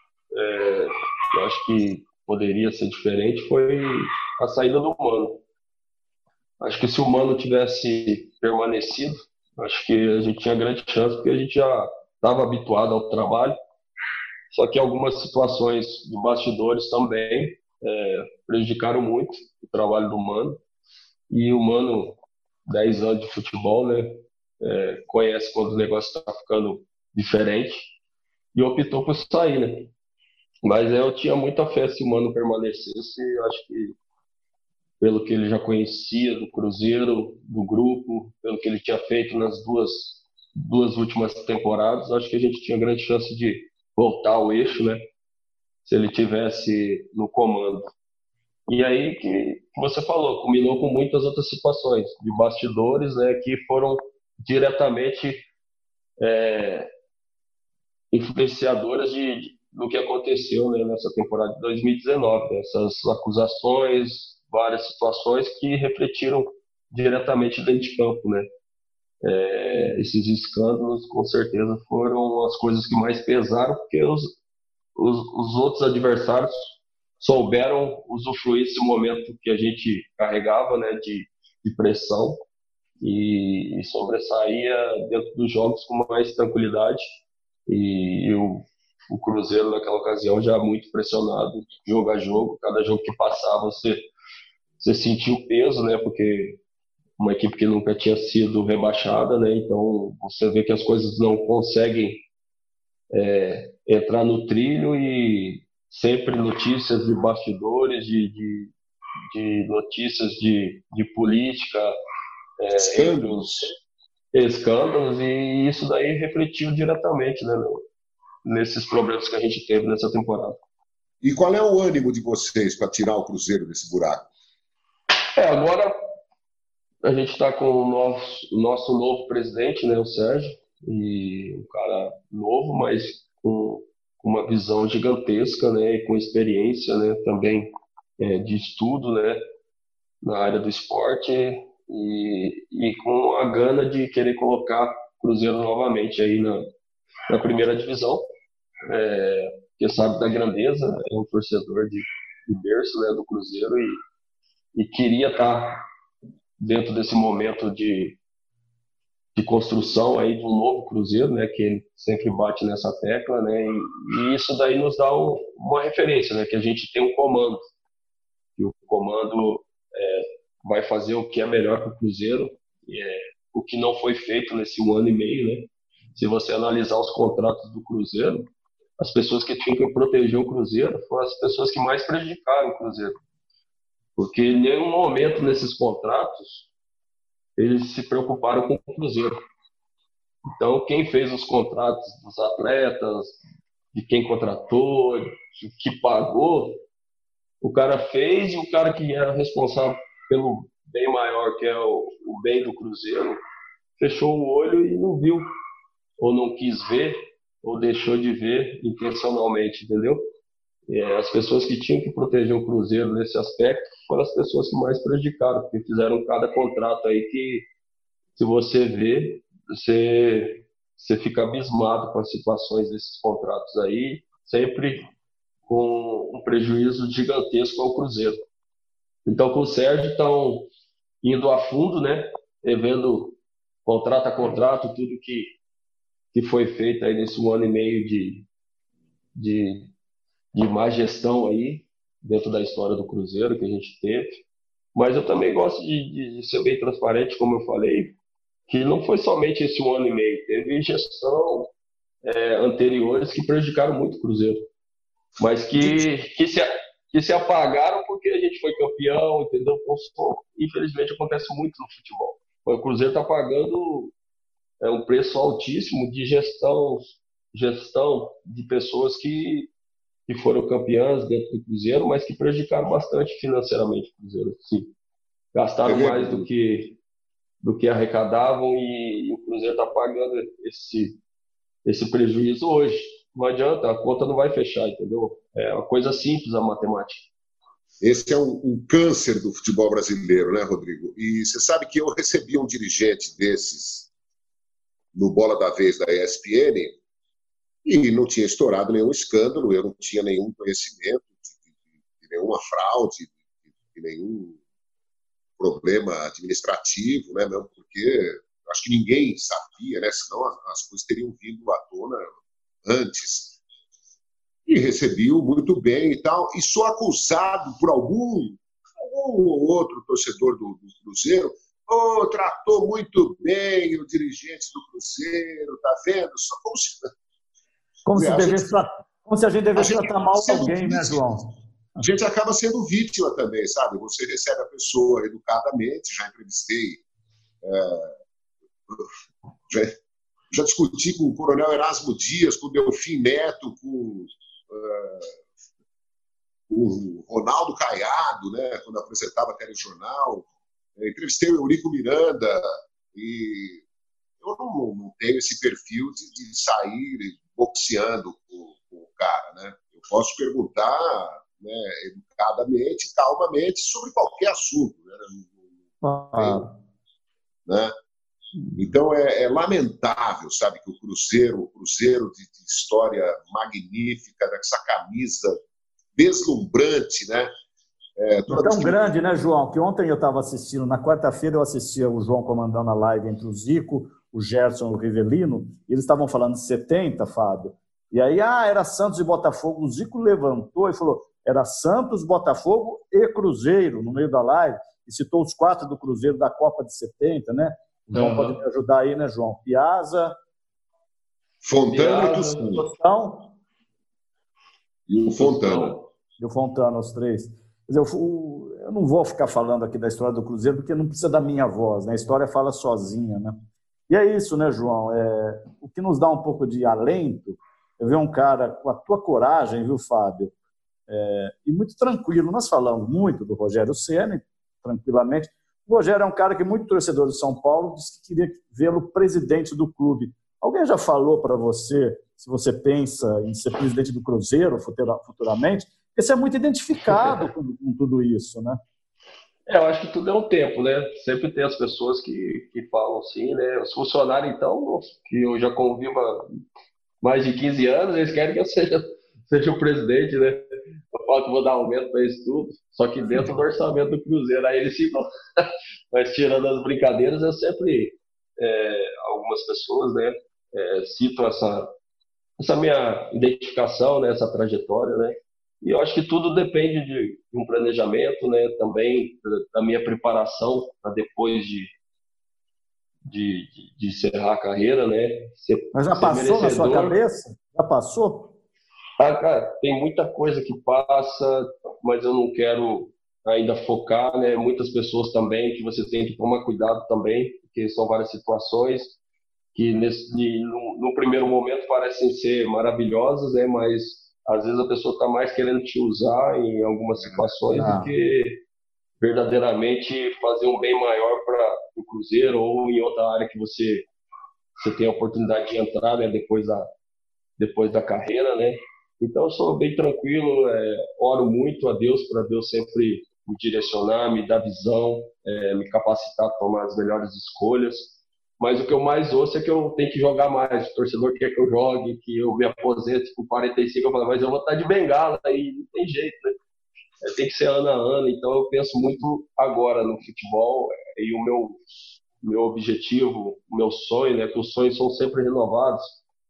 É, eu acho que poderia ser diferente, foi a saída do Mano. Acho que se o Mano tivesse permanecido, acho que a gente tinha grande chance, porque a gente já estava habituado ao trabalho, só que algumas situações de bastidores também é, prejudicaram muito o trabalho do Mano, e o Mano, dez anos de futebol, né, é, conhece quando o negócio está ficando diferente, e optou por sair, né. Mas eu tinha muita fé se o Mano permanecesse, eu acho que pelo que ele já conhecia do Cruzeiro, do grupo, pelo que ele tinha feito nas duas, duas últimas temporadas, acho que a gente tinha grande chance de voltar ao eixo, né? Se ele tivesse no comando. E aí que você falou, combinou com muitas outras situações de bastidores, né, que foram diretamente é, influenciadoras de, do que aconteceu, né, nessa temporada de dois mil e dezenove, né, essas acusações, várias situações que refletiram diretamente dentro de campo, né? É, esses escândalos, com certeza, foram as coisas que mais pesaram, porque os, os, os outros adversários souberam usufruir desse momento que a gente carregava, né, de, de pressão, e, e sobressaía dentro dos jogos com mais tranquilidade. E, e o, o Cruzeiro, naquela ocasião, já muito pressionado, jogo a jogo, cada jogo que passava, você, você sentia o peso, né, porque uma equipe que nunca tinha sido rebaixada, né? Então você vê que as coisas não conseguem é, entrar no trilho, e sempre notícias de bastidores, de, de, de notícias de, de política, é, entre os escândalos, e isso daí refletiu diretamente, né, nesses problemas que a gente teve nessa temporada. E qual é o ânimo de vocês para tirar o Cruzeiro desse buraco? É, agora a gente está com o nosso, o nosso novo presidente, né, o Sérgio, e um cara novo, mas com, com uma visão gigantesca, né, e com experiência, né, também é, de estudo, né, na área do esporte, e, e com a gana de querer colocar o Cruzeiro novamente aí na, na primeira divisão. É, porque sabe da grandeza, é um torcedor de, de berço, né, do Cruzeiro, e, e queria estar dentro desse momento de, de construção aí de um novo Cruzeiro, né, que ele sempre bate nessa tecla, né, e, e isso daí nos dá um, uma referência, né, que a gente tem um comando, e o comando é, vai fazer o que é melhor para o Cruzeiro, é, o que não foi feito nesse um ano e meio, né. Se você analisar os contratos do Cruzeiro, as pessoas que tinham que proteger o Cruzeiro foram as pessoas que mais prejudicaram o Cruzeiro, porque em nenhum momento nesses contratos eles se preocuparam com o Cruzeiro. Então, quem fez os contratos dos atletas, de quem contratou, de que pagou, o cara fez, e o cara que era responsável pelo bem maior, que é o, o bem do Cruzeiro, fechou o olho e não viu, ou não quis ver, ou deixou de ver intencionalmente, entendeu? É, as pessoas que tinham que proteger o Cruzeiro nesse aspecto foram as pessoas que mais prejudicaram, porque fizeram cada contrato aí que, se você vê, você, você fica abismado com as situações desses contratos aí, sempre com um prejuízo gigantesco ao Cruzeiro. Então, com o Sérgio, estão indo a fundo, né, revendo contrato a contrato, tudo que, que foi feito aí nesse um ano e meio de, de, de má gestão aí, dentro da história do Cruzeiro que a gente teve. Mas eu também gosto de, de, de ser bem transparente, como eu falei, que não foi somente esse um ano e meio, teve gestão é, anteriores que prejudicaram muito o Cruzeiro, mas que, que, se, que se apagaram porque a gente foi campeão, entendeu? Infelizmente acontece muito no futebol. O Cruzeiro está pagando é, um preço altíssimo de gestão, gestão de pessoas que, que foram campeãs dentro do Cruzeiro, mas que prejudicaram bastante financeiramente o Cruzeiro. Sim. Gastaram é mais do que, do que arrecadavam, e, e o Cruzeiro está pagando esse, esse prejuízo hoje. Não adianta, a conta não vai fechar, entendeu? É uma coisa simples a matemática. Esse é um, um câncer do futebol brasileiro, né, Rodrigo? E você sabe que eu recebi um dirigente desses no Bola da Vez da E S P N e não tinha estourado nenhum escândalo, eu não tinha nenhum conhecimento de, de, de nenhuma fraude, de, de nenhum problema administrativo, né, mesmo porque acho que ninguém sabia, né, senão as, as coisas teriam vindo à tona antes. E recebi-o muito bem e tal, e sou acusado por algum, algum ou outro torcedor do, do Cruzeiro, oh, tratou muito bem o dirigente do Cruzeiro, tá vendo? Só como se, como se, a, gente, tra... como se a gente devesse tratar mal alguém, vítima, né, João? A gente acaba sendo vítima também, sabe? Você recebe a pessoa educadamente, já entrevistei, é, já, já discuti com o coronel Erasmo Dias, com o Delfim Neto, com uh, o Ronaldo Caiado, né, quando apresentava telejornal. Entrevistei o Eurico Miranda, e eu não, não tenho esse perfil de, de sair boxeando com, com o cara, né? Eu posso perguntar, né, educadamente, calmamente, sobre qualquer assunto, né? Ah. Né? Então é, é lamentável, sabe, que o Cruzeiro, o Cruzeiro de, de história magnífica, dessa camisa deslumbrante, né? É tão grande, né, João, que ontem eu estava assistindo, na quarta-feira eu assistia o João comandando a live entre o Zico, o Gerson e o Rivelino, e eles estavam falando de setenta, Fábio, e aí, ah, era Santos e Botafogo, o Zico levantou e falou, era Santos, Botafogo e Cruzeiro, no meio da live, e citou os quatro do Cruzeiro da Copa de setenta, né? O João uhum. pode me ajudar aí, né, João? Piazza, Fontana e Tostão. E o Fontana. E o Fontana, os três. Quer dizer, eu, eu não vou ficar falando aqui da história do Cruzeiro, porque não precisa da minha voz, né? A história fala sozinha, né? E é isso, né, João? É, o que nos dá um pouco de alento é ver um cara com a tua coragem, viu, Fábio? É, e muito tranquilo. Nós falamos muito do Rogério Ceni, tranquilamente. O Rogério é um cara que muito torcedor de São Paulo disse que queria vê-lo presidente do clube. Alguém já falou para você se você pensa em ser presidente do Cruzeiro futuramente? Porque você é muito identificado com, com tudo isso, né? É, eu acho que tudo é um tempo, né? Sempre tem as pessoas que, que falam assim, né? Os funcionários, então, que eu já convivo há mais de quinze anos, eles querem que eu seja, seja o presidente, né? Eu falo que vou dar aumento para isso tudo, só que dentro do orçamento do Cruzeiro, aí eles ficam... Mas tirando as brincadeiras, eu sempre, é, algumas pessoas, né, é, citam essa, essa minha identificação, né, essa trajetória, né? E eu acho que tudo depende de um planejamento, né, também da minha preparação para depois de, de, de, de encerrar a carreira, né? Ser, Mas já passou na sua cabeça? Já passou? Ah, cara, tem muita coisa que passa, mas eu não quero ainda focar, né? Muitas pessoas também que você tem que tomar cuidado também, porque são várias situações que nesse, no, no primeiro momento parecem ser maravilhosas, né? Mas às vezes a pessoa está mais querendo te usar em algumas situações ah. do que verdadeiramente fazer um bem maior para o Cruzeiro ou em outra área que você, você tem a oportunidade de entrar, né? Depois da, depois da carreira, né? Então eu sou bem tranquilo, é, oro muito a Deus para Deus sempre me direcionar, me dar visão, é, me capacitar a tomar as melhores escolhas. Mas o que eu mais ouço é que eu tenho que jogar mais. O torcedor quer que eu jogue, que eu me aposente com quarenta e cinco. Eu falo, mas eu vou estar de bengala e não tem jeito, né? É, tem que ser ano a ano. Então eu penso muito agora no futebol e o meu, meu objetivo, o meu sonho, né? Que os sonhos são sempre renovados.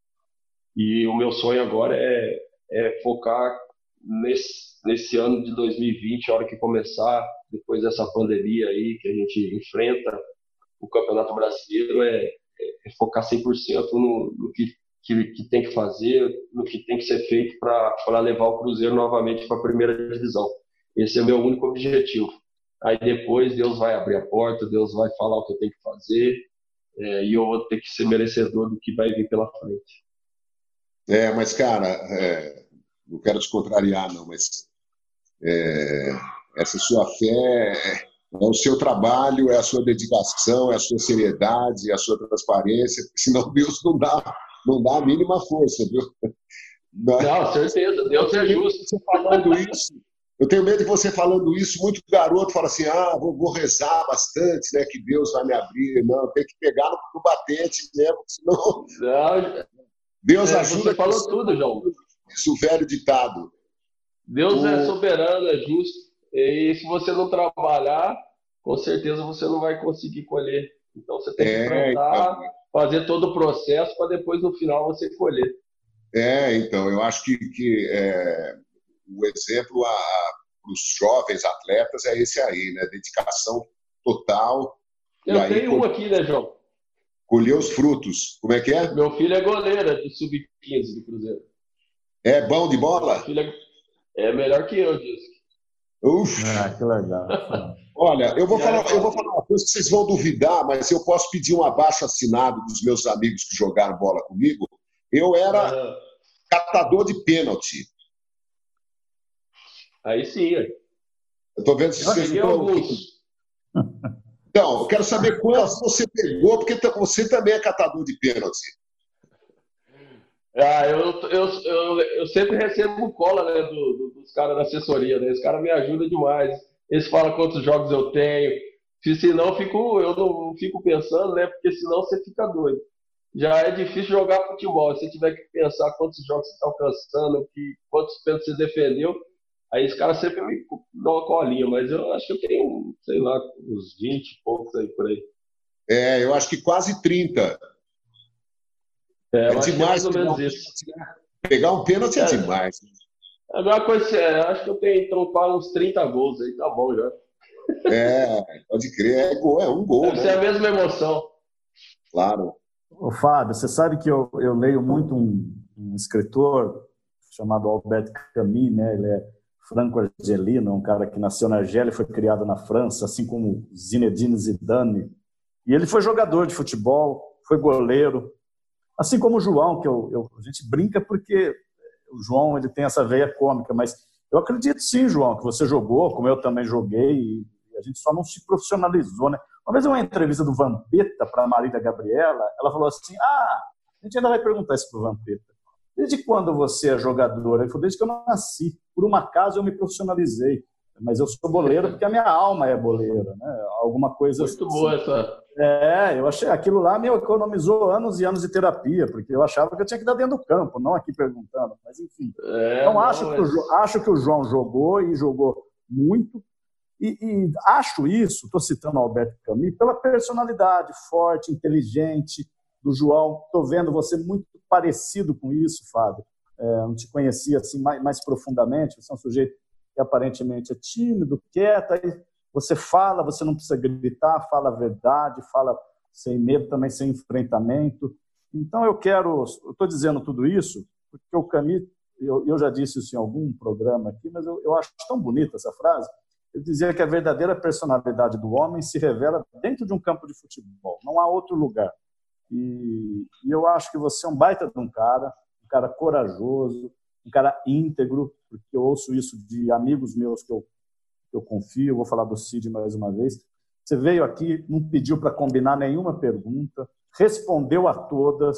E o meu sonho agora é, é focar nesse nesse ano de dois mil e vinte, a hora que começar, depois dessa pandemia aí que a gente enfrenta, o Campeonato Brasileiro é, é focar cem por cento no, no que, que, que tem que fazer, no que tem que ser feito para levar o Cruzeiro novamente para a primeira divisão. Esse é o meu único objetivo. Aí depois Deus vai abrir a porta, Deus vai falar o que eu tenho que fazer, é, e eu vou ter que ser merecedor do que vai vir pela frente. É, mas cara, é, não quero te contrariar não, mas É, essa sua fé é o seu trabalho, é a sua dedicação, é a sua seriedade, é a sua transparência, senão Deus não dá, não dá a mínima força, viu? Não, não certeza, Deus é justo. Você falando isso, eu tenho medo de você falando isso, muito garoto fala assim, ah, vou, vou rezar bastante, né, que Deus vai me abrir. Não, tem que pegar no, no batente mesmo, senão... Não, Deus é, ajuda... Você falou você tudo, João. Isso, o velho ditado. Deus é soberano, é justo, e se você não trabalhar, com certeza você não vai conseguir colher. Então você tem que plantar, é, então... fazer todo o processo para depois no final você colher. É, então, eu acho que, que é, o exemplo para os jovens atletas é esse aí, né? Dedicação total. Eu tenho um aqui, né, João? Colher os frutos. Como é que é? Meu filho é goleiro de sub quinze do Cruzeiro. É bom de bola? Meu filho é... É melhor que eu, diz. Uf. Ah, que legal. Olha, eu vou, falar, eu vou falar uma coisa que vocês vão duvidar, mas eu posso pedir um abaixo-assinado dos meus amigos que jogaram bola comigo. Eu era uhum. catador de pênalti. Aí sim. É. Eu tô vendo se vocês não alguns. Então, eu quero saber quantas você pegou, porque você também é catador de pênalti. Ah, eu, eu, eu, eu sempre recebo cola, né, do, do- dos caras da assessoria, né? Os caras me ajudam demais. Eles falam quantos jogos eu tenho. Se senão eu fico, eu não fico pensando, né? Porque senão você fica doido. Já é difícil jogar futebol. Se você tiver que pensar quantos jogos você está alcançando, que, quantos pênaltis você defendeu, aí os caras sempre me dão uma colinha, mas eu acho que eu tenho, sei lá, uns vinte e poucos aí por aí. É, eu acho que quase trinta. É, É eu acho que é demais mais ou pegar menos um isso. pênalti, né? Pegar um pênalti é É, demais. a mesma coisa, é, acho que eu tenho então quase uns trinta gols aí, tá bom já. É, pode crer, é gol, é um gol, Deve ser né? a mesma emoção. Claro. Ô, Fábio, você sabe que eu, eu leio muito um, um escritor chamado Albert Camus, né? Ele é franco-argelino, um cara que nasceu na Argélia e foi criado na França, assim como Zinedine Zidane. E ele foi jogador de futebol, foi goleiro, assim como o João, que eu, eu, a gente brinca porque o João ele tem essa veia cômica, mas eu acredito sim, João, que você jogou, como eu também joguei, e a gente só não se profissionalizou, né? Uma vez, uma entrevista do Vampeta para a Marília Gabriela, ela falou assim: ah, a gente ainda vai perguntar isso para o Vampeta. Desde quando você é jogador? Ele falou: desde que eu nasci. Por um acaso eu me profissionalizei. Mas eu sou boleiro porque a minha alma é boleira, né? Alguma coisa Muito boa assim. essa. É, eu achei aquilo lá me economizou anos e anos de terapia, porque eu achava que eu tinha que dar dentro do campo, não aqui perguntando. Mas enfim. É, Então acho não, que mas. o, acho que o João jogou e jogou muito. E, e acho isso, estou citando o Alberto Camus, pela personalidade forte, inteligente do João. Estou vendo você muito parecido com isso, Fábio. É, não te conhecia assim mais, mais profundamente. Você é um sujeito que aparentemente é tímido, quieto. Aí você fala, você não precisa gritar, fala a verdade, fala sem medo, também sem enfrentamento. Então eu quero, eu estou dizendo tudo isso porque o Camus, eu, eu já disse isso em algum programa aqui, mas eu, eu acho tão bonita essa frase. Eu dizia que a verdadeira personalidade do homem se revela dentro de um campo de futebol, não há outro lugar. E, e eu acho que você é um baita de um cara, um cara corajoso, um cara íntegro, porque eu ouço isso de amigos meus que eu, que eu confio, vou falar do Cid mais uma vez. Você veio aqui, não pediu para combinar nenhuma pergunta, respondeu a todas.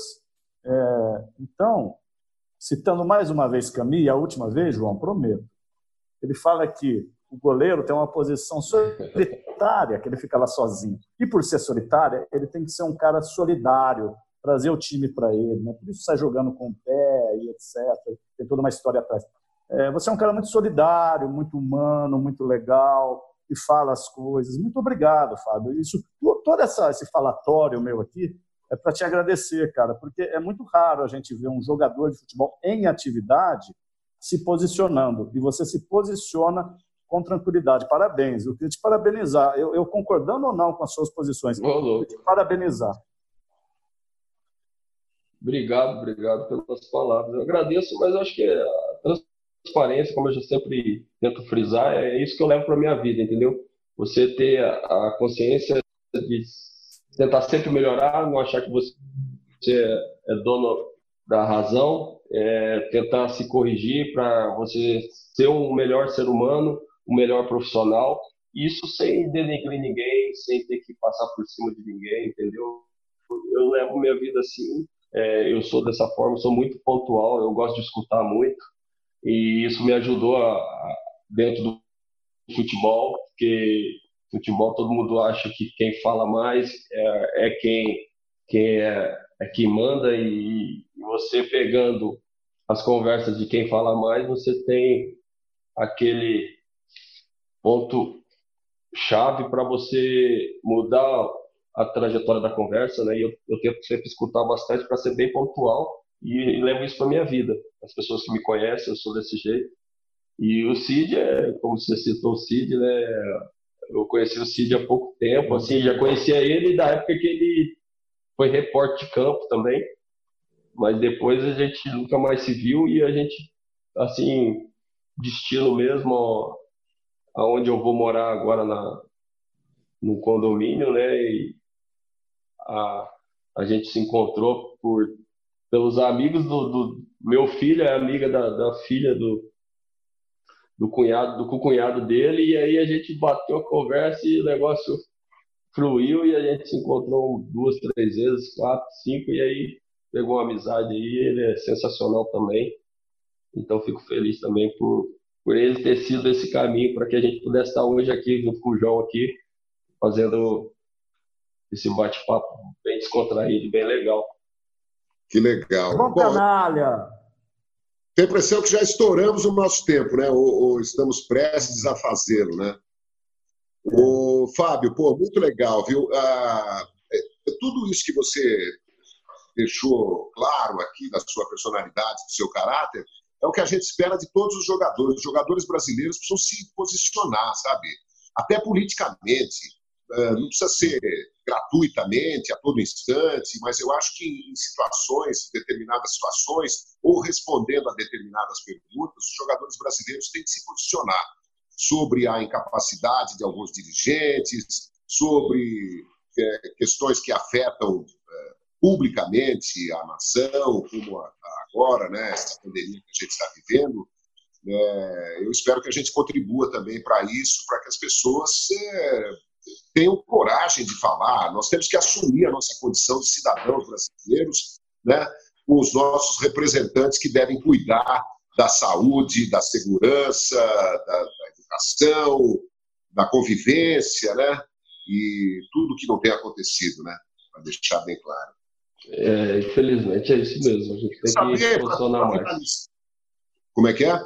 É, então, citando mais uma vez Camille, a última vez, João, prometo, ele fala que o goleiro tem uma posição solitária, que ele fica lá sozinho. E por ser solitária, ele tem que ser um cara solidário, trazer o time para ele, né? Por isso sai jogando com o pé e etcétera. Tem toda uma história atrás. É, você é um cara muito solidário, muito humano, muito legal, e fala as coisas. Muito obrigado, Fábio. Isso, todo essa, esse falatório meu aqui é para te agradecer, cara, porque é muito raro a gente ver um jogador de futebol em atividade se posicionando, e você se posiciona com tranquilidade. Parabéns, eu queria te parabenizar. Eu, eu concordando ou não com as suas posições, Ô, eu queria louco. te parabenizar. Obrigado, obrigado pelas palavras. Eu agradeço, mas eu acho que a transparência, como eu já sempre tento frisar, é isso que eu levo para minha vida, entendeu? Você ter a a consciência de tentar sempre melhorar, não achar que você é dono da razão, é tentar se corrigir para você ser um melhor ser humano, um melhor profissional, isso sem denegrir ninguém, sem ter que passar por cima de ninguém, entendeu? Eu levo minha vida assim, é, eu sou dessa forma, sou muito pontual, eu gosto de escutar muito, e isso me ajudou a, a, dentro do futebol, porque futebol todo mundo acha que quem fala mais é, é quem, quem é, é quem manda, e, e você pegando as conversas de quem fala mais, você tem aquele ponto chave para você mudar a trajetória da conversa, né? E eu, eu tento sempre escutar bastante para ser bem pontual e, e levo isso para minha vida. As pessoas que me conhecem, eu sou desse jeito. E o Cid é, como você citou o Cid, né? Eu conheci o Cid há pouco tempo, assim, já conhecia ele da época que ele foi repórter de campo também, mas depois a gente nunca mais se viu e a gente, assim, destino mesmo, ó, aonde eu vou morar agora na, no condomínio, né? E a, a gente se encontrou por, pelos amigos do, do meu filho, é amiga da, da filha do, do cunhado, do cunhado dele, e aí a gente bateu a conversa e o negócio fluiu e a gente se encontrou duas, três vezes, quatro, cinco, e aí pegou uma amizade aí, ele é sensacional também. Então, fico feliz também por, por ele ter sido esse caminho para que a gente pudesse estar hoje aqui, junto com o João aqui, fazendo esse bate-papo bem descontraído, bem legal. Que legal. Bom, canalha! Tem a impressão que já estouramos o nosso tempo, né? Ou, ou estamos prestes a fazê-lo, né? O Fábio, pô, muito legal, viu? Ah, é, tudo isso que você deixou claro aqui da sua personalidade, do seu caráter, é o que a gente espera de todos os jogadores. Os jogadores brasileiros precisam se posicionar, sabe? Até politicamente. Não precisa ser gratuitamente, a todo instante, mas eu acho que em situações, determinadas situações, ou respondendo a determinadas perguntas, os jogadores brasileiros têm que se posicionar sobre a incapacidade de alguns dirigentes, sobre é, questões que afetam é, publicamente a nação, como a, a agora, né, essa pandemia que a gente está vivendo. É, eu espero que a gente contribua também para isso, para que as pessoas é, tenham coragem de falar. Nós temos que assumir a nossa condição de cidadãos brasileiros, né, com os nossos representantes que devem cuidar da saúde, da segurança, da, da educação, da convivência, né, e tudo que não tem acontecido, né, para deixar bem claro. É, infelizmente é isso mesmo, a gente tem que se posicionar mais. Como é que é?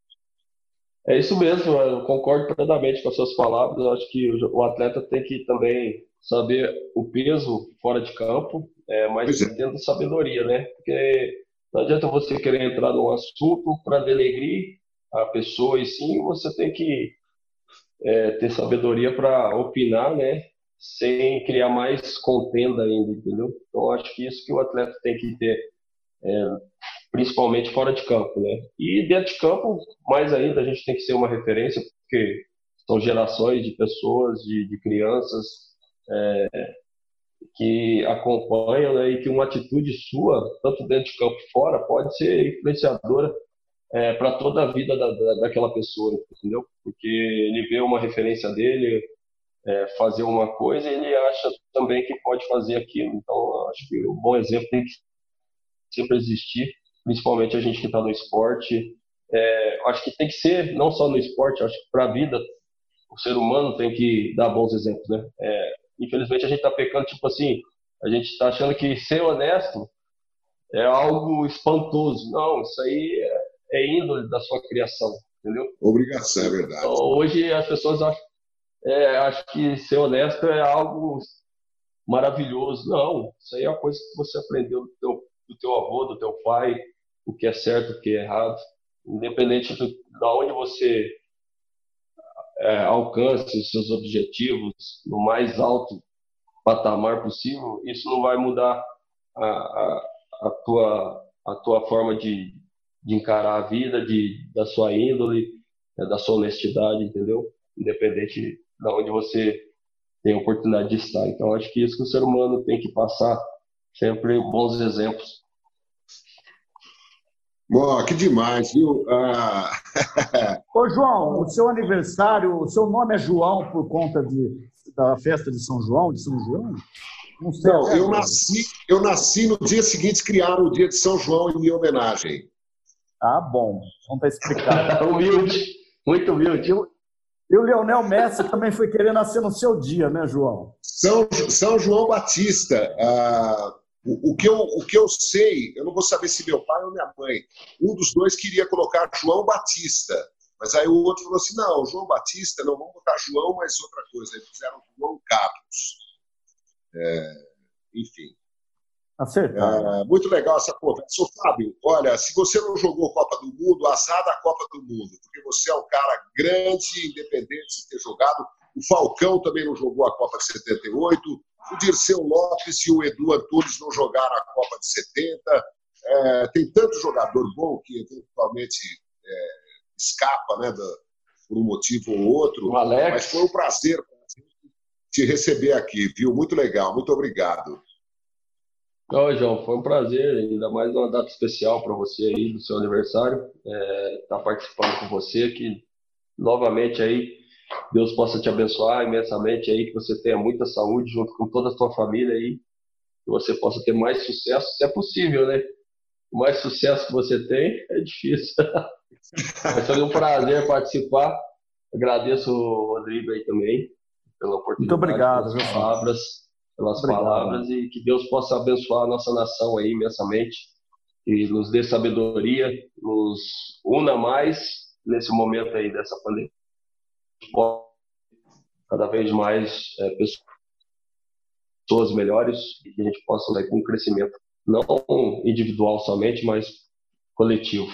É isso mesmo, eu concordo plenamente com as suas palavras. Eu acho que o atleta tem que também saber o peso fora de campo, é, mas é. tendo sabedoria, né? Porque não adianta você querer entrar num assunto para denegrir a pessoa, e sim você tem que é, ter sabedoria para opinar, né? Sem criar mais contenda ainda, entendeu? Então, acho que isso que o atleta tem que ter, é, principalmente fora de campo, né? E dentro de campo, mais ainda, a gente tem que ser uma referência, porque são gerações de pessoas, de, de crianças é, que acompanham, né? E que uma atitude sua, tanto dentro de campo e fora, pode ser influenciadora é, para toda a vida da, da, daquela pessoa, entendeu? Porque ele vê uma referência dele é, fazer uma coisa e ele acha também que pode fazer aquilo. Então, acho que o bom exemplo tem que sempre existir, principalmente a gente que está no esporte. É, acho que tem que ser, não só no esporte, acho que para a vida, o ser humano tem que dar bons exemplos, né? É, infelizmente a gente está pecando, tipo assim, a gente está achando que ser honesto é algo espantoso. Não, isso aí é, é índole da sua criação, entendeu? Obrigação, é verdade. Então, hoje as pessoas acham, é, acham que ser honesto é algo maravilhoso. Não, isso aí é uma coisa que você aprendeu do teu, do teu avô, do teu pai, o que é certo, o que é errado. Independente de onde você é, alcance os seus objetivos no mais alto patamar possível, isso não vai mudar a, a, a, tua, a tua forma de, de encarar a vida, de, da sua índole, é, da sua honestidade, entendeu? Independente de onde você tem a oportunidade de estar. Então, acho que isso que o ser humano tem que passar sempre bons exemplos. Bom, que demais, viu? Ah... Ô, João, o seu aniversário, o seu nome é João por conta de, da festa de São João, de São João? Não, sei, Não eu, nasci, eu nasci no dia seguinte, criaram o dia de São João em minha homenagem. Ah, bom. Então tá explicado. Humilde, muito humilde. E o Lionel Messi também foi querer nascer no seu dia, né, João? São, São João Batista. Ah, o, o, que eu, o que eu sei, eu não vou saber se meu pai ou minha mãe, um dos dois queria colocar João Batista. Mas aí o outro falou assim, não, João Batista, não, vamos botar João, mas outra coisa. Aí fizeram João Carlos. É, enfim. Acertado. É, muito legal essa conversa. Sou Fábio, olha, se você não jogou Copa do Mundo, azar da Copa do Mundo, porque você é um cara grande, independente de ter jogado. O Falcão também não jogou a Copa de setenta e oito, o Dirceu Lopes e o Edu Antunes não jogaram a Copa de setenta. É, tem tanto jogador bom que eventualmente é, escapa, né, do, por um motivo ou outro. O Alex. Mas foi um prazer te receber aqui, viu? Muito legal, muito obrigado. Oi, João, foi um prazer, ainda mais uma data especial para você aí, do seu aniversário, é, estar tá participando com você, que novamente aí, Deus possa te abençoar imensamente aí, que você tenha muita saúde junto com toda a sua família aí, que você possa ter mais sucesso, se é possível, né? O mais sucesso que você tem é difícil. Mas foi um prazer participar. Agradeço o Rodrigo aí também pela oportunidade, muito obrigado, pelas palavras, pelas obrigado. palavras, e que Deus possa abençoar a nossa nação aí imensamente e nos dê sabedoria, nos una mais nesse momento aí dessa pandemia. Cada vez mais é, pessoas melhores e que a gente possa sair com um crescimento não individual somente, mas coletivo.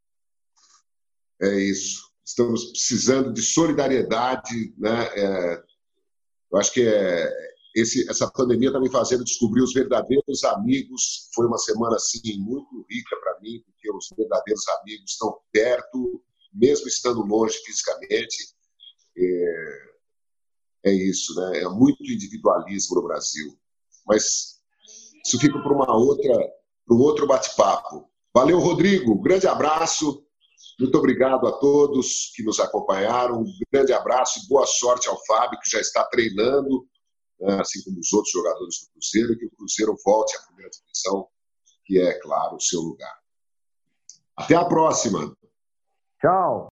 É isso. Estamos precisando de solidariedade, né? É, eu acho que é, esse, essa pandemia está me fazendo descobrir os verdadeiros amigos. Foi uma semana assim muito rica para mim, porque os verdadeiros amigos estão perto, mesmo estando longe fisicamente. É, é isso, né? É muito individualismo no Brasil. Mas isso fica para uma outra, para um outro bate-papo. Valeu, Rodrigo. Grande abraço. Muito obrigado a todos que nos acompanharam. Um grande abraço e boa sorte ao Fábio, que já está treinando, né, assim como os outros jogadores do Cruzeiro, e que o Cruzeiro volte à primeira divisão, que é, claro, o seu lugar. Até a próxima. Tchau.